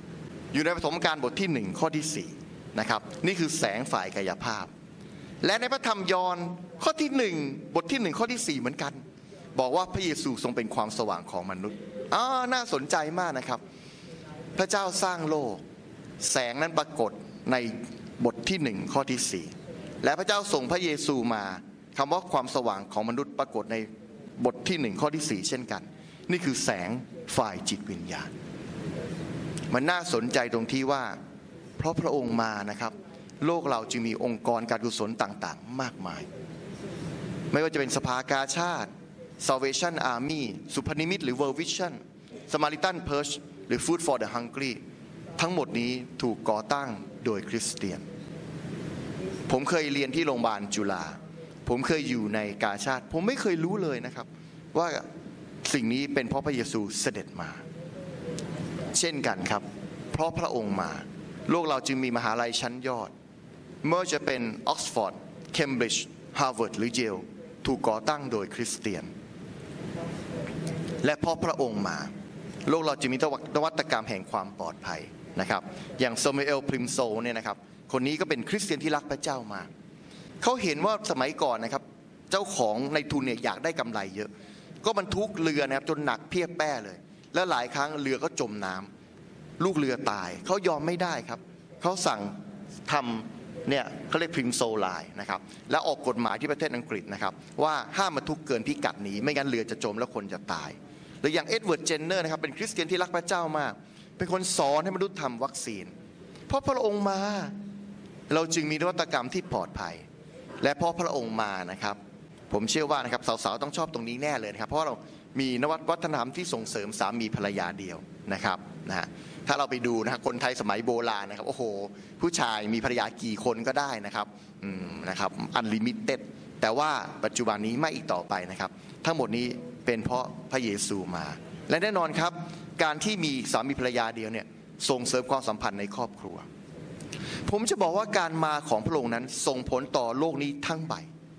4อยู่ในปฐมกาลบทที่1ข้อที่4นะครับนี่คือแสงฝ่ายกายภาพและในพระธรรมยอห์นข้อที่1บทที่1ข้อที่4เหมือนกันบอกว่าพระเยซูทรงเป็นความสว่างของมนุษย์น่าสนใจมากนะครับพระเจ้าสร้างโลกแสงนั้นปรากฏในบทที่1ข้อที่4และพระเจ้าส่งพระเยซูมาคำว่าความสว่างของมนุษย์ปรากฏในบทที่1ข้อที่4เช่นกันนี่คือแสงฝ่ายจิตวิญญาณมันน่าสนใจตรงที่ว่าเพราะพระองค์มานะครับโลกเราจึงมีองค์กรการกุศลต่างๆมากมายไม่ว่าจะเป็นสภากาชาติ Salvation Army สุพนิมิตหรือ World Vision Samaritan Purse หรือ Food for the Hungry ทั้งหมดนี้ถูกก่อตั้งโดยคริสเตียนผมเคยเรียนที่โรงพยาบาลจุฬาผมเคยอยู่ในกาชาติผมไม่เคยรู้เลยนะครับว่าสิ่งนี้เป็นเพราะพระเยซูเสด็จมาเช่นกันครับเพราะพระองค์มาโลกเราจึงมีมหาลัยชั้นยอดไม่ว่าจะเป็นออกซฟอร์ดเคมบริดจ์ฮาร์วาร์ดหรือเยลถูกก่อตั้งโดยคริสเตียนและเพราะพระองค์มาโลกเราจึงมีนวัตกรรมแห่งความปลอดภัยนะครับอย่างซามูเอลพริมโซเนี่ยนะครับคนนี้ก็เป็นคริสเตียนที่รักพระเจ้ามากเขาเห็นว่าสมัยก่อนนะครับเจ้าของในทุนเนี่ยอยากได้กำไรเยอะก็บรรทุกเรือนะครับจนหนักเพียบแป้เลยแล้วหลายครั้งเรือก็จมน้ำลูกเรือตายเขายอมไม่ได้ครับเขาสั่งทำเนี่ยเขาเรียกพริมโซไลน์นะครับแล้วออกกฎหมายที่ประเทศอังกฤษนะครับว่าห้ามบรรทุกเกินพิกัดนี้ไม่งั้นเรือจะจมแล้วคนจะตายหรืออย่างเอ็ดเวิร์ดเจนเนอร์นะครับเป็นคริสเตียนที่รักพระเจ้ามากเป็นคนสอนให้มนุษย์ทำวัคซีนเพราะพระองค์มาเราจึงมีนวัตกรรมที่ปลอดภัยและเพราะพระองค์มานะครับผมเชื่อว่านะครับสาวๆต้องชอบตรงนี้แน่เลยนะครับเพราะเรามีนวัฒนธรรมที่ส่งเสริมสามีภรรยาเดียวนะครับถ้าเราไปดูนะครับคนไทยสมัยโบราณนะครับโอ้โหผู้ชายมีภรรยากี่คนก็ได้นะครับอันลิมิเต็ดแต่ว่าปัจจุบันนี้ไม่อีกต่อไปนะครับทั้งหมดนี้เป็นเพราะพระเยซูมาและแน่นอนครับการที่มีสามีภรรยาเดียวเนี่ยส่งเสริมความสัมพันธ์ในครอบครัวผมจะบอกว่าการมาของพระองค์นั้นส่งผลต่อโลกนี้ทั้งใบ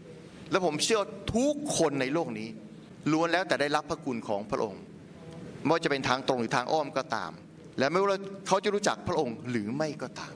และผมเชื่อทุกคนในโลกนี้ล้วนแล้วแต่ได้รับพระคุณของพระองค์ไม่ว่าจะเป็นทางตรงหรือทางอ้อมก็ตามและไม่ว่าเขาจะรู้จักพระองค์หรือไม่ก็ตาม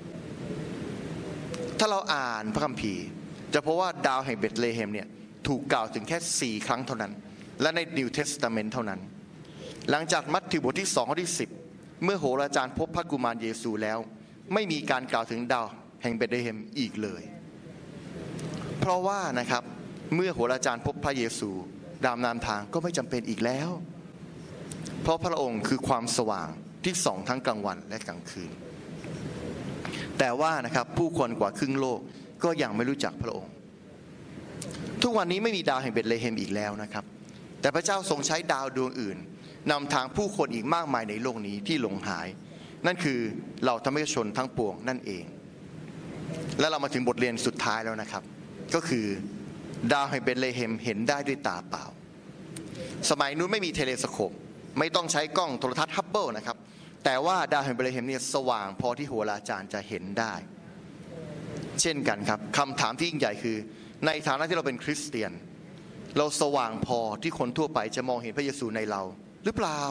ถ้าเราอ่านพระคัมภีร์จะพบว่าดาวแห่งเบธเลเฮมเนี่ยถูกกล่าวถึงแค่4 ครั้งเท่านั้นและใน New Testament เท่านั้นหลังจากมัทธิวบทที่2ข้อที่10เมื่อโหราจารย์พบพระกุมารเยซูแล้วไม่มีการกล่าวถึงดาวแห่งเบธเลเฮมอีกเลยเพราะว่านะครับเมื่อโหราจารย์พบพระเยซูดาวนำทางก็ไม่จำเป็นอีกแล้วเพราะพระองค์คือความสว่างที่ส่องทั้งกลางวันและกลางคืนแต่ว่านะครับผู้คนกว่าครึ่งโลกก็ยังไม่รู้จักพระองค์ทุกวันนี้ไม่มีดาวแห่งเบธเลเฮมอีกแล้วนะครับแต่พระเจ้าทรงใช้ดาวดวงอื่นนำทางผู้คนอีกมากมายในโลกนี้ที่หลงหายนั่นคือเหล่าธรรมิกชนทั้งปวงนั่นเองและเรามาถึงบทเรียนสุดท้ายแล้วนะครับก็คือดาวแห่งเบธเลเฮมเห็นได้ด้วยตาเปล่าสมัยนู้นไม่มีเทเลสโคปไม่ต้องใช้กล้องโทรทัศน์ฮับเบิลนะครับแต่ว่าดาวแห่งเบธเลเฮมเนี่ยสว่างพอที่โหราจารย์จะเห็นได้เช่นกันครับคำถามที่ยิ่งใหญ่คือในฐานะที่เราเป็นคริสเตียนเราสว่างพอที่คนทั่วไปจะมองเห็นพระเยซูในเราหรือเปล่า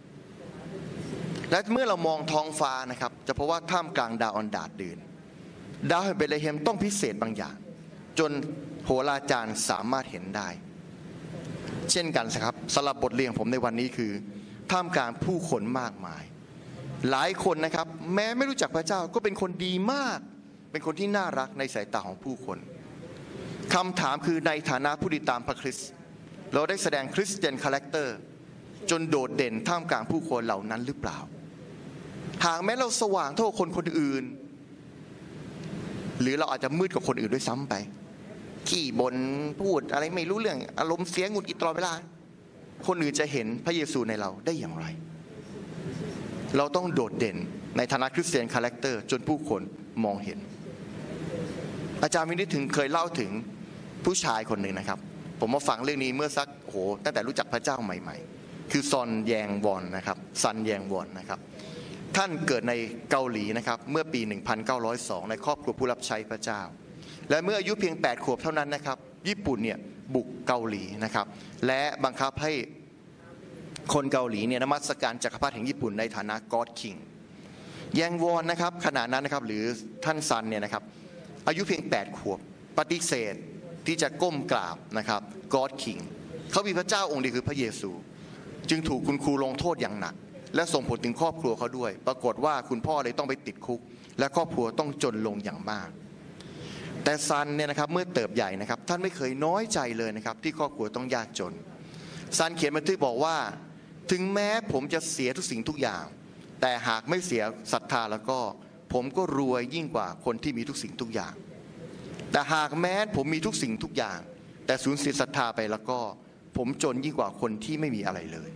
และเมื่อเรามองท้องฟ้านะครับจะพบว่าท่ามกลางดาวอันดาดดื่นดาวแห่งเบธเลเฮมต้องพิเศษบางอย่างจนโหราจารย์สามารถเห็นได้เช่นกันครับสำหรับบทเรียนผมในวันนี้คือท่ามกลางผู้คนมากมายหลายคนนะครับแม้ไม่รู้จักพระเจ้าก็เป็นคนดีมากเป็นคนที่น่ารักในสายตาของผู้คนคำถามคือในฐานะผู้ติดตามพระคริสต์เราได้แสดงคริสเตียนคาแรคเตอร์จนโดดเด่นท่ามกลางผู้คนเหล่านั้นหรือเปล่าหากแม้เราสว่างเท่าคนคนอื่นหรือเราอาจจะมืดกว่าคนอื่นด้วยซ้ำไปขี้บ่นพูดอะไรไม่รู้เรื่องอารมณ์เสียงหงุดหงิดตลอดเวลาคนอื่นจะเห็นพระเยซูในเราได้อย่างไรเราต้องโดดเด่นในฐานะคริสเตียนคาแรคเตอร์จนผู้คนมองเห็นอาจารย์วินิจถึงเคยเล่าถึงผู้ชายคนหนึ่งนะครับผมมาฟังเรื่องนี้เมื่อสักตั้งแต่รู้จักพระเจ้าใหม่ๆคือซอนแยงวอนนะครับซันแยงวอนนะครับท่านเกิดในเกาหลีนะครับเมื่อปี 1902 ในครอบครัวผู้รับใช้พระเจ้าและเมื่ออายุเพียง8 ขวบเท่านั้นนะครับญี่ปุ่นเนี่ยบุกเกาหลีนะครับและบังคับให้คนเกาหลีเนี่ยนมัสการจักรพรรดิแห่งญี่ปุ่นในฐานะ God King แยงวอนนะครับขณะนั้นนะครับหรือท่านซันเนี่ยนะครับอายุเพียง8 ขวบปฏิเสธที่จะก้มกราบนะครับ God King เขามีพระเจ้าองค์เดียวคือพระเยซูจึงถูกคุณครูลงโทษอย่างหนักและส่งผลถึงครอบครัวเขาด้วยปรากฏว่าคุณพ่อเลยต้องไปติดคุกและครอบครัวต้องจนลงอย่างมากแต่ซันเนี่ยนะครับเมื่อเติบใหญ่นะครับท่านไม่เคยน้อยใจเลยนะครับที่ครอบครัวต้องยากจนซันเขียนบันทึกบอกว่าถึงแม้ผมจะเสียทุกสิ่งทุกอย่างแต่หากไม่เสียศรัทธาแล้วก็ผมก็รวยยิ่งกว่าคนที่มีทุกสิ่งทุกอย่างแต่หากแม้ผมมีทุกสิ่งทุกอย่างแต่สูญเสียศรัทธาไปแล้วก็ผมจนยิ่งกว่าคนที่ไม่มีอะไรเลย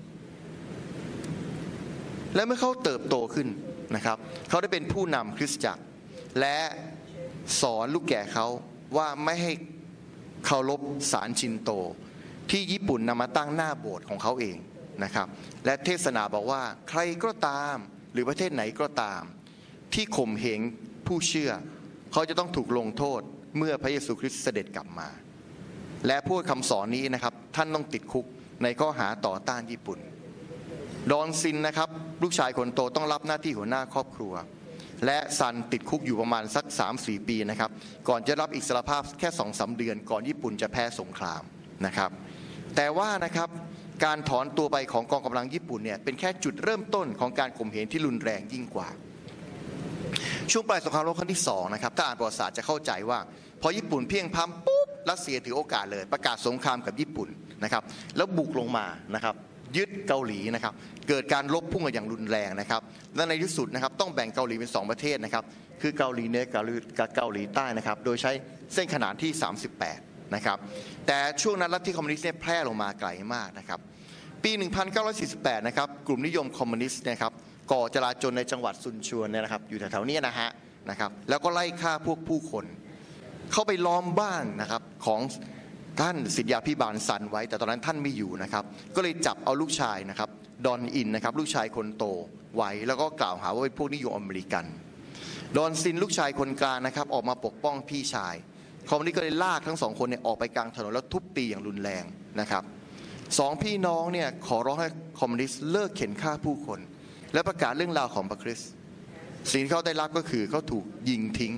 และเมื่อเขาเติบโตขึ้นนะครับเขาได้เป็นผู้นำคริสตจักรและสอนลูกแก่เขาว่าไม่ให้เคารพศาลชินโตที่ญี่ปุ่นนำมาตั้งหน้าโบสถ์ของเขาเองนะครับและเทศนาบอกว่าใครก็ตามหรือประเทศไหนก็ตามที่ข่มเหงผู้เชื่อเขาจะต้องถูกลงโทษเมื่อพระเยซูคริสต์เสด็จกลับมาและพูดคำสอนนี้นะครับท่านต้องติดคุกในข้อหาต่อต้านญี่ปุ่นดอนซินนะครับลูกชายคนโตต้องรับหน้าที่หัวหน้าครอบครัวและซันติดคุกอยู่ประมาณสัก 3-4 ปีนะครับก่อนจะรับอิสรภาพแค่ 2-3 เดือนก่อนญี่ปุ่นจะแพ้สงครามนะครับแต่ว่านะครับการถอนตัวไปของกองกำลังญี่ปุ่นเนี่ยเป็นแค่จุดเริ่มต้นของการข่มเหงที่รุนแรงยิ่งกว่าช่วงปลายสงครามโลกครั้งที่2นะครับถ้าอ่านประวัติศาสตร์จะเข้าใจว่าพอญี่ปุ่นเพียงพำปุ๊บรัสเซียถือโอกาสเลยประกาศสงครามกับญี่ปุ่นนะครับแล้วบุกลงมานะครับยึดเกาหลีนะครับเกิดการรบพุ่งกันอย่างรุนแรงนะครับและในที่สุดนะครับต้องแบ่งเกาหลีเป็น2 ประเทศนะครับคือเกาหลีเหนือกับเกาหลีใต้นะครับโดยใช้เส้นขนานที่38นะครับแต่ช่วงนั้นลัทธิคอมมิวนิสต์เนี่ยแพร่ลงมาไกลมากนะครับปี 1948 นะครับกลุ่มนิยมคอมมิวนิสต์นะครับก่อจลาจลในจังหวัดซุนชวนเนี่ยนะครับอยู่แถวๆนี้นะครับแล้วก็ไล่ฆ่าพวกผู้คนเข้าไปล้อมบ้านนะครับของท่านศิษยาภิบาลซันไว้แต่ตอนนั้นท่านไม่อยู่นะครับก็เลยจับเอาลูกชายนะครับดอนอินนะครับลูกชายคนโตไว้แล้วก็กล่าวหาว่าเป็นพวกนิยมอเมริกันดอนซินลูกชายคนกลางนะครับออกมาปกป้องพี่ชายคอมมิวนิสต์ก็เลยลากทั้งสองคนเนี่ยออกไปกลางถนนแล้วทุบตีอย่างรุนแรงนะครับสองพี่น้องเนี่ยขอร้องให้คอมมิวนิสต์เลิกเข็นฆ่าผู้คนและประกาศเรื่องราวของพระคริสต์สิ่งที่เขาได้รับก็คือเขาถูกยิงทิ้ง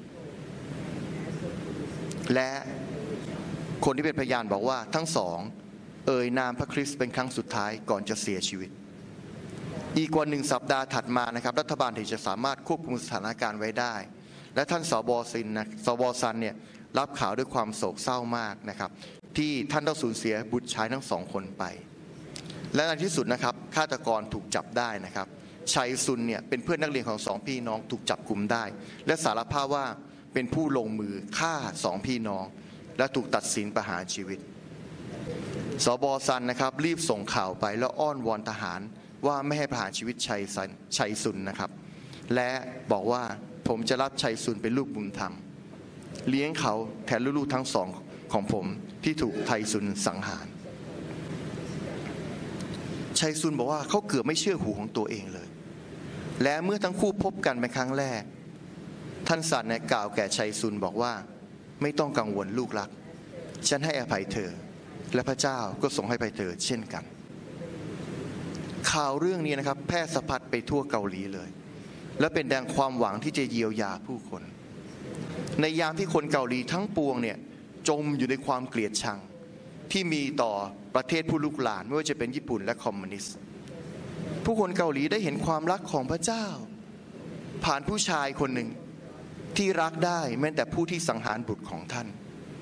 และคนที่เป็นพยานบอกว่าทั้งสองเอ่ยนามพระคริสต์เป็นครั้งสุดท้ายก่อนจะเสียชีวิตอีกกว่า1 สัปดาห์ถัดมานะครับรัฐบาลถึงจะสามารถควบคุมสถานการณ์ไว้ได้และท่านสบซันเนี่ยรับข่าวด้วยความโศกเศร้ามากนะครับที่ท่านต้องสูญเสียบุตรชายทั้งสองคนไปและในที่สุดนะครับฆาตกรถูกจับได้นะครับชัยซุนเนี่ยเป็นเพื่อนนักเรียนของสองพี่น้องถูกจับกุมได้และสารภาพว่าเป็นผู้ลงมือฆ่าสองพี่น้องและถูกตัดสินประหารชีวิตสบซันนะครับรีบส่งข่าวไปแล้วอ้อนวอนทหารว่าไม่ให้ประหารชีวิตชัยซุนนะครับและบอกว่าผมจะรับชัยซุนเป็นลูกบุญธรรมเลี้ยงเขาแทนลูกๆทั้งสองของผมที่ถูกไทซุนสังหารชัยซุนบอกว่าเขาเกือบไม่เชื่อหูของตัวเองเลยและเมื่อทั้งคู่พบกันเป็นครั้งแรกท่านซันเนี่ยกล่าวแก่ชัยซุนบอกว่าไม่ต้องกังวลลูกรักฉันให้อภัยเธอและพระเจ้าก็ทรงให้อภัยเธอเช่นกันข่าวเรื่องนี้นะครับแพร่สะพัดไปทั่วเกาหลีเลยและเป็นดังความหวังที่จะเยียวยาผู้คนในยามที่คนเกาหลีทั้งปวงเนี่ยจมอยู่ในความเกลียดชังที่มีต่อประเทศผู้ลุกลานไม่ว่าจะเป็นญี่ปุ่นและคอมมิวนิสต์ผู้คนเกาหลีได้เห็นความรักของพระเจ้าผ่านผู้ชายคนหนึ่งที่รักได้แม้แต่ผู้ที่สังหารบุตรของท่าน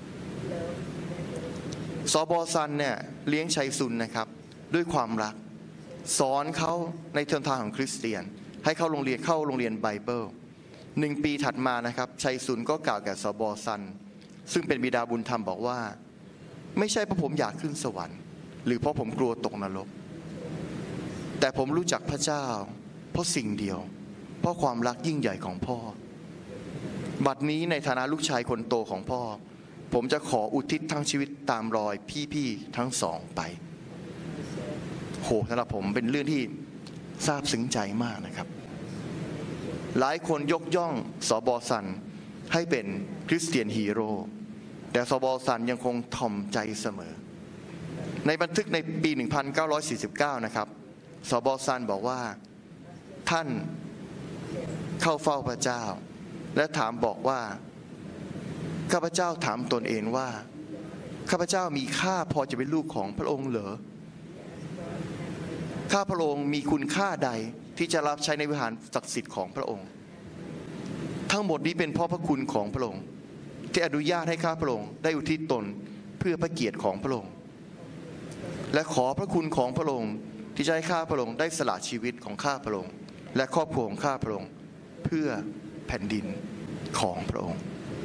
สบซันเนี่ยเลี้ยงชัยซุนนะครับด้วยความรักสอนเขาในเทิงทางของคริสเตียนให้เข้าโรงเรียนไบเบิล1 ปีถัดมานะครับชัยซุนก็กล่าวแก่สบซันซึ่งเป็นบิดาบุญธรรมบอกว่าไม่ใช่เพราะผมอยากขึ้นสวรรค์หรือเพราะผมกลัวตกนรกแต่ผมรู้จักพระเจ้าเพราะสิ่งเดียวเพราะความรักยิ่งใหญ่ของพ่อบัดนี้ในฐานะลูกชายคนโตของพ่อผมจะขออุทิศทั้งชีวิตตามรอยพี่ๆทั้งสองไปโหสำหรับผมเป็นเรื่องที่ซาบซึ้งใจมากนะครับหลายคนยกย่องสบซันให้เป็นคริสเตียนฮีโร่แต่สบซันยังคงถ่อมใจเสมอในบันทึกในปี 1949 นะครับสบซันบอกว่าท่านเข้าเฝ้าพระเจ้าและถามบอกว่าข้าพเจ้าถามตนเองว่าข้าพเจ้ามีค่าพอจะเป็นลูกของพระองค์เหรอข้าพระองค์มีคุณค่าใดที่จะรับใช้ในวิหารศักดิ์สิทธิ์ของพระองค์ทั้งหมดนี้เป็นเพราะพระคุณของพระองค์ที่อนุญาตให้ข้าพระองค์ได้อุทิศตนเพื่อพระเกียรติของพระองค์และขอพระคุณของพระองค์ที่จะให้ข้าพระองค์ได้สละชีวิตของข้าพระองค์และครอบครัวของข้าพระองค์เพื่อแผ่นดินของพระองค์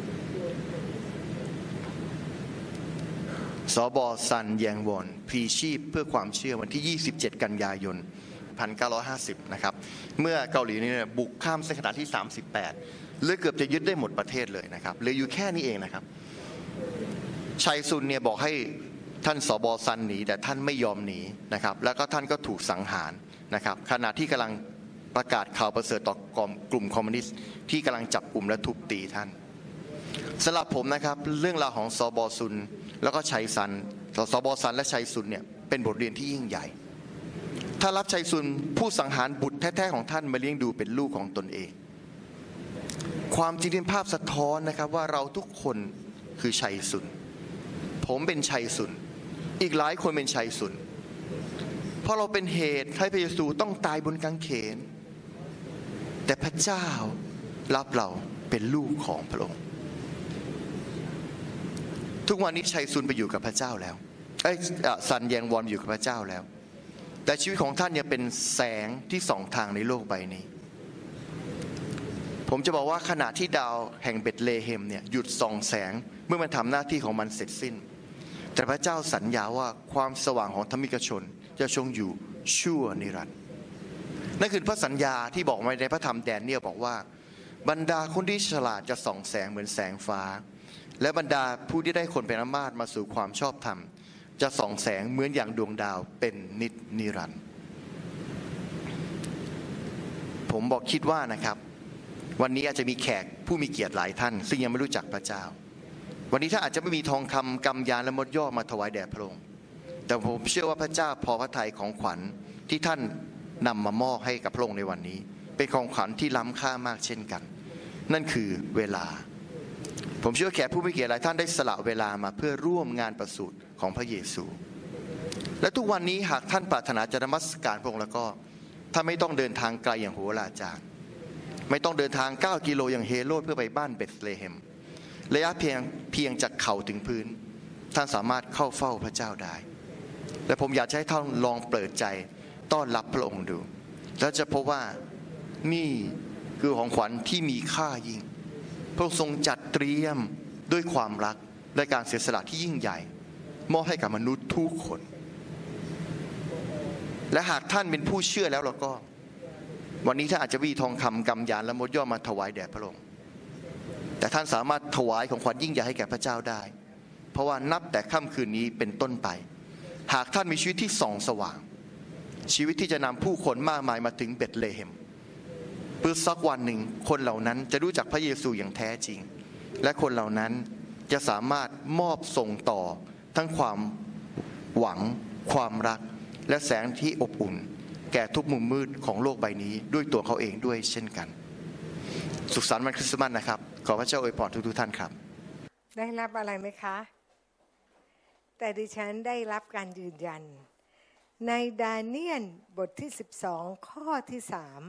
สบซันแยงวอนพลีชีพเพื่อความเชื่อวันที่27 กันยายน 1950 นะครับเมื่อเกาหลีนี่บุกข้ามเส้นขนานที่38เลยเกือบจะยึดได้หมดประเทศเลยนะครับเหลืออยู่แค่นี้เองนะครับชัยซุนเนี่ยบอกให้ท่านสบซันหนีแต่ท่านไม่ยอมหนีนะครับแล้วก็ท่านก็ถูกสังหารนะครับขณะที่กำลังประกาศข่าวประเสริฐต่อกลุ่มคอมมิวนิสต์ที่กำลังจับกลุ่มและทุบตีท่านสำหรับผมนะครับเรื่องราวของสบซุนแล้วก็ชัยซันสบซันและชัยซุนเนี่ยเป็นบทเรียนที่ยิ่งใหญ่ถ้ารับชัยซุนผู้สังหารบุตรแท้ๆของท่านมาเลี้ยงดูเป็นลูกของตนเองความจริงเป็นภาพสะท้อนนะครับว่าเราทุกคนคือชัยซุนผมเป็นชัยซุนอีกหลายคนเป็นชัยซุนเพราะเราเป็นเหตุให้พระเยซูต้องตายบนกางเขนแต่พระเจ้ารับเราเป็นลูกของพระองค์ทุกวันนี้ชัยซุนไปอยู่กับพระเจ้าแล้วซันแยงวอนอยู่กับพระเจ้าแล้วแต่ชีวิตของท่านยังเป็นแสงที่ส่องทางในโลกใบนี้ผมจะบอกว่าขณะที่ดาวแห่งเบธเลเฮมเนี่ยหยุดส่องแสงเมื่อมันทำหน้าที่ของมันเสร็จสิ้นแต่พระเจ้าสัญญาว่าความสว่างของธรรมิกชนจะทรงอยู่ชั่วนิรันดร์นั่นคือพระสัญญาที่บอกไว้ในพระธรรมแดเนียลบอกว่าบรรดาคนที่ฉลาดจะส่องแสงเหมือนแสงฟ้าและบรรดาผู้ที่ได้คนเป็นอำนาจมาสู่ความชอบธรรมจะส่องแสงเหมือนอย่างดวงดาวเป็นนิรันดร์ผมบอกคิดว่านะครับวันนี้อาจจะมีแขกผู้มีเกียรติหลายท่านซึ่งยังไม่รู้จักพระเจ้าวันนี้ถ้าอาจจะไม่มีทองคำกำยานและมดยอมาถวายแด่พระองค์แต่ผมเชื่อว่าพระเจ้าพอพระทัยของขวัญที่ท่านนำมามอบให้กับพระองค์ในวันนี้เป็นของขวัญที่ล้ำค่ามากเช่นกันนั่นคือเวลาผมเชื่อแขกผู้มีเกียรติหลายท่านได้สละเวลามาเพื่อร่วมงานประสูติของพระเยซูและทุกวันนี้หากท่านปรารถนาจะนมัสการพระองค์แล้วก็ถ้าไม่ต้องเดินทางไกลอย่างโหราจารย์ไม่ต้องเดินทาง9 กิโลอย่างเฮโรดเพื่อไปบ้านเบธเลเฮมระยะเพียงจากเข่าถึงพื้นท่านสามารถเข้าเฝ้าพระเจ้าได้และผมอยากให้ท่านลองเปิดใจต้อนรับพระองค์ดูแล้วจะพบว่านี่คือของขวัญที่มีค่ายิ่งพระองค์ทรงจัดเตรียมด้วยความรักและการเสียสละที่ยิ่งใหญ่มอบให้กับมนุษย์ทุกคนและหากท่านเป็นผู้เชื่อแล้วเราก็วันนี้ท่านอาจจะมีทองคำกำยานและมดยอมาถวายแด่พระองค์แต่ท่านสามารถถวายของขวัญยิ่งใหญ่ให้แก่พระเจ้าได้เพราะว่านับแต่ค่ำคืนนี้เป็นต้นไปหากท่านมีชีวิตที่ส่องสว่างชีวิตที่จะนำผู้คนมากมายมาถึงเบธเลเฮมเพื่อสักวันหนึ่งคนเหล่านั้นจะรู้จักพระเยซูอย่างแท้จริงและคนเหล่านั้นจะสามารถมอบส่งต่อทั้งความหวังความรักและแสงที่อบอุ่นแก่ทุกมุมมืดของโลกใบนี้ด้วยตัวเขาเองด้วยเช่นกันสุขสันต์วันคริสต์มาสนะครับขอพระเจ้าอวยพรทุกท่านครับได้รับอะไรไหมคะแต่ดิฉันได้รับการยืนยันในดาเนียลบทที่12ข้อที่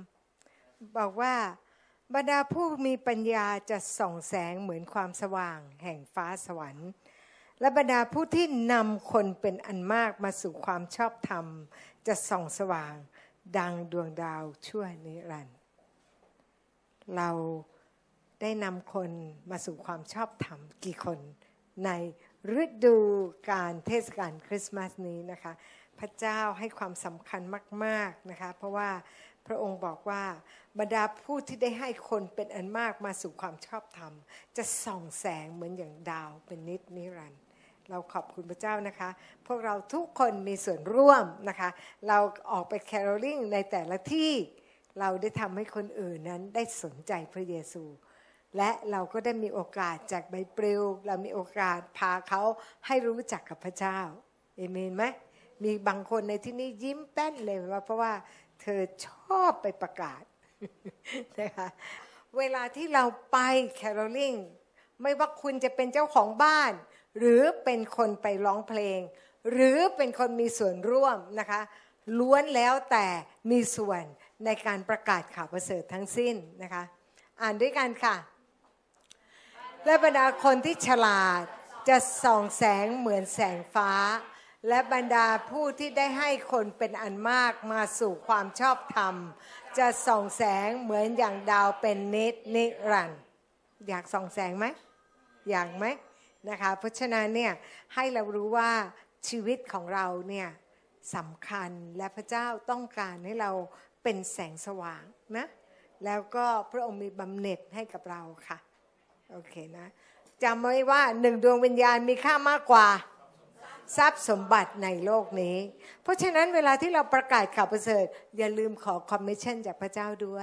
3บอกว่าบรรดาผู้มีปัญญาจะส่องแสงเหมือนความสว่างแห่งฟ้าสวรรค์และบรรดาผู้ที่นำคนเป็นอันมากมาสู่ความชอบธรรมจะส่องสว่างดังดวงดาวชั่วนิรันดร์เราได้นำคนมาสู่ความชอบธรรมกี่คนในฤดูการเทศกาลคริสต์มาสนี้นะคะพระเจ้าให้ความสำคัญมากๆนะคะเพราะว่าพระองค์บอกว่าบรรดาผู้ที่ได้ให้คนเป็นอันมากมาสู่ความชอบธรรมจะส่องแสงเหมือนอย่างดาวเป็นนิจนิรันดร์เราขอบคุณพระเจ้านะคะพวกเราทุกคนมีส่วนร่วมนะคะเราออกไปแคโรลิ่งในแต่ละที่เราได้ทำให้คนอื่นนั้นได้สนใจพระเยซูและเราก็ได้มีโอกาสจากใบปลิวเรามีโอกาสพาเขาให้รู้จักกับพระเจ้าเอเมนไหมมีบางคนในที่นี้ยิ้มแป้นเลยว่าเพราะว่าเธอชอบไปประกาศนะคะเวลาที่เราไปแคโรลิ่งไม่ว่าคุณจะเป็นเจ้าของบ้านหรือเป็นคนไปร้องเพลงหรือเป็นคนมีส่วนร่วมนะคะล้วนแล้วแต่มีส่วนในการประกาศข่าวประเสริฐทั้งสิ้นนะคะอ่านด้วยกันค่ะและบรรดาคนที่ฉลาดจะส่องแสงเหมือนแสงฟ้าและบรรดาผู้ที่ได้ให้คนเป็นอันมากมาสู่ความชอบธรรมจะส่องแสงเหมือนอย่างดาวเป็นนิจนิรันดร์อยากส่องแสงไหมอยากไหมนะคะเพราะฉะนั้นเนี่ยให้เรารู้ว่าชีวิตของเราเนี่ยสำคัญและพระเจ้าต้องการให้เราเป็นแสงสว่างนะแล้วก็พระองค์มีบำเหน็จให้กับเราค่ะโอเคนะจำไว้ว่า1 ดวงวิญญาณมีค่ามากกว่าทรัพย์สมบัติในโลกนี้เพราะฉะนั้นเวลาที่เราประกาศข่าวประเสริฐอย่าลืมขอคอมมิชชั่นจากพระเจ้าด้วย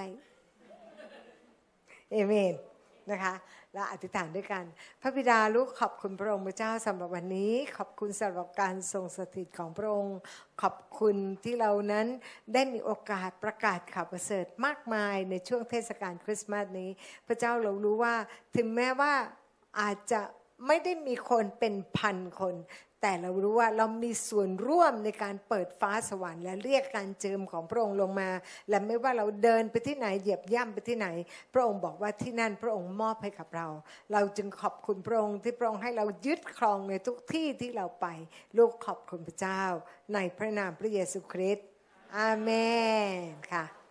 เอเมนนะคะและอธิษฐานด้วยกันพระบิดาลูกขอบคุณพระองค์พระเจ้าสำหรับวันนี้ขอบคุณสำหรับการทรงสถิตของพระองค์ขอบคุณที่เรานั้นได้มีโอกาสประกาศข่าวประเสริฐมากมายในช่วงเทศกาลคริสต์มาสนี้พระเจ้าเรารู้ว่าถึงแม้ว่าอาจจะไม่ได้มีคนเป็นพันคนแต่เรารู้ว่าเรามีส่วนร่วมในการเปิดฟ้าสวรรค์และเรียกการเจิมของพระองค์ลงมาและไม่ว่าเราเดินไปที่ไหนเหยียบย่ำไปที่ไหนพระองค์บอกว่าที่นั่นพระองค์มอบให้กับเราเราจึงขอบคุณพระองค์ที่พระองค์ให้เรายึดครองในทุกที่ที่เราไปลูกขอบคุณพระเจ้าในพระนามพระเยซูคริสต์อาเมนค่ะ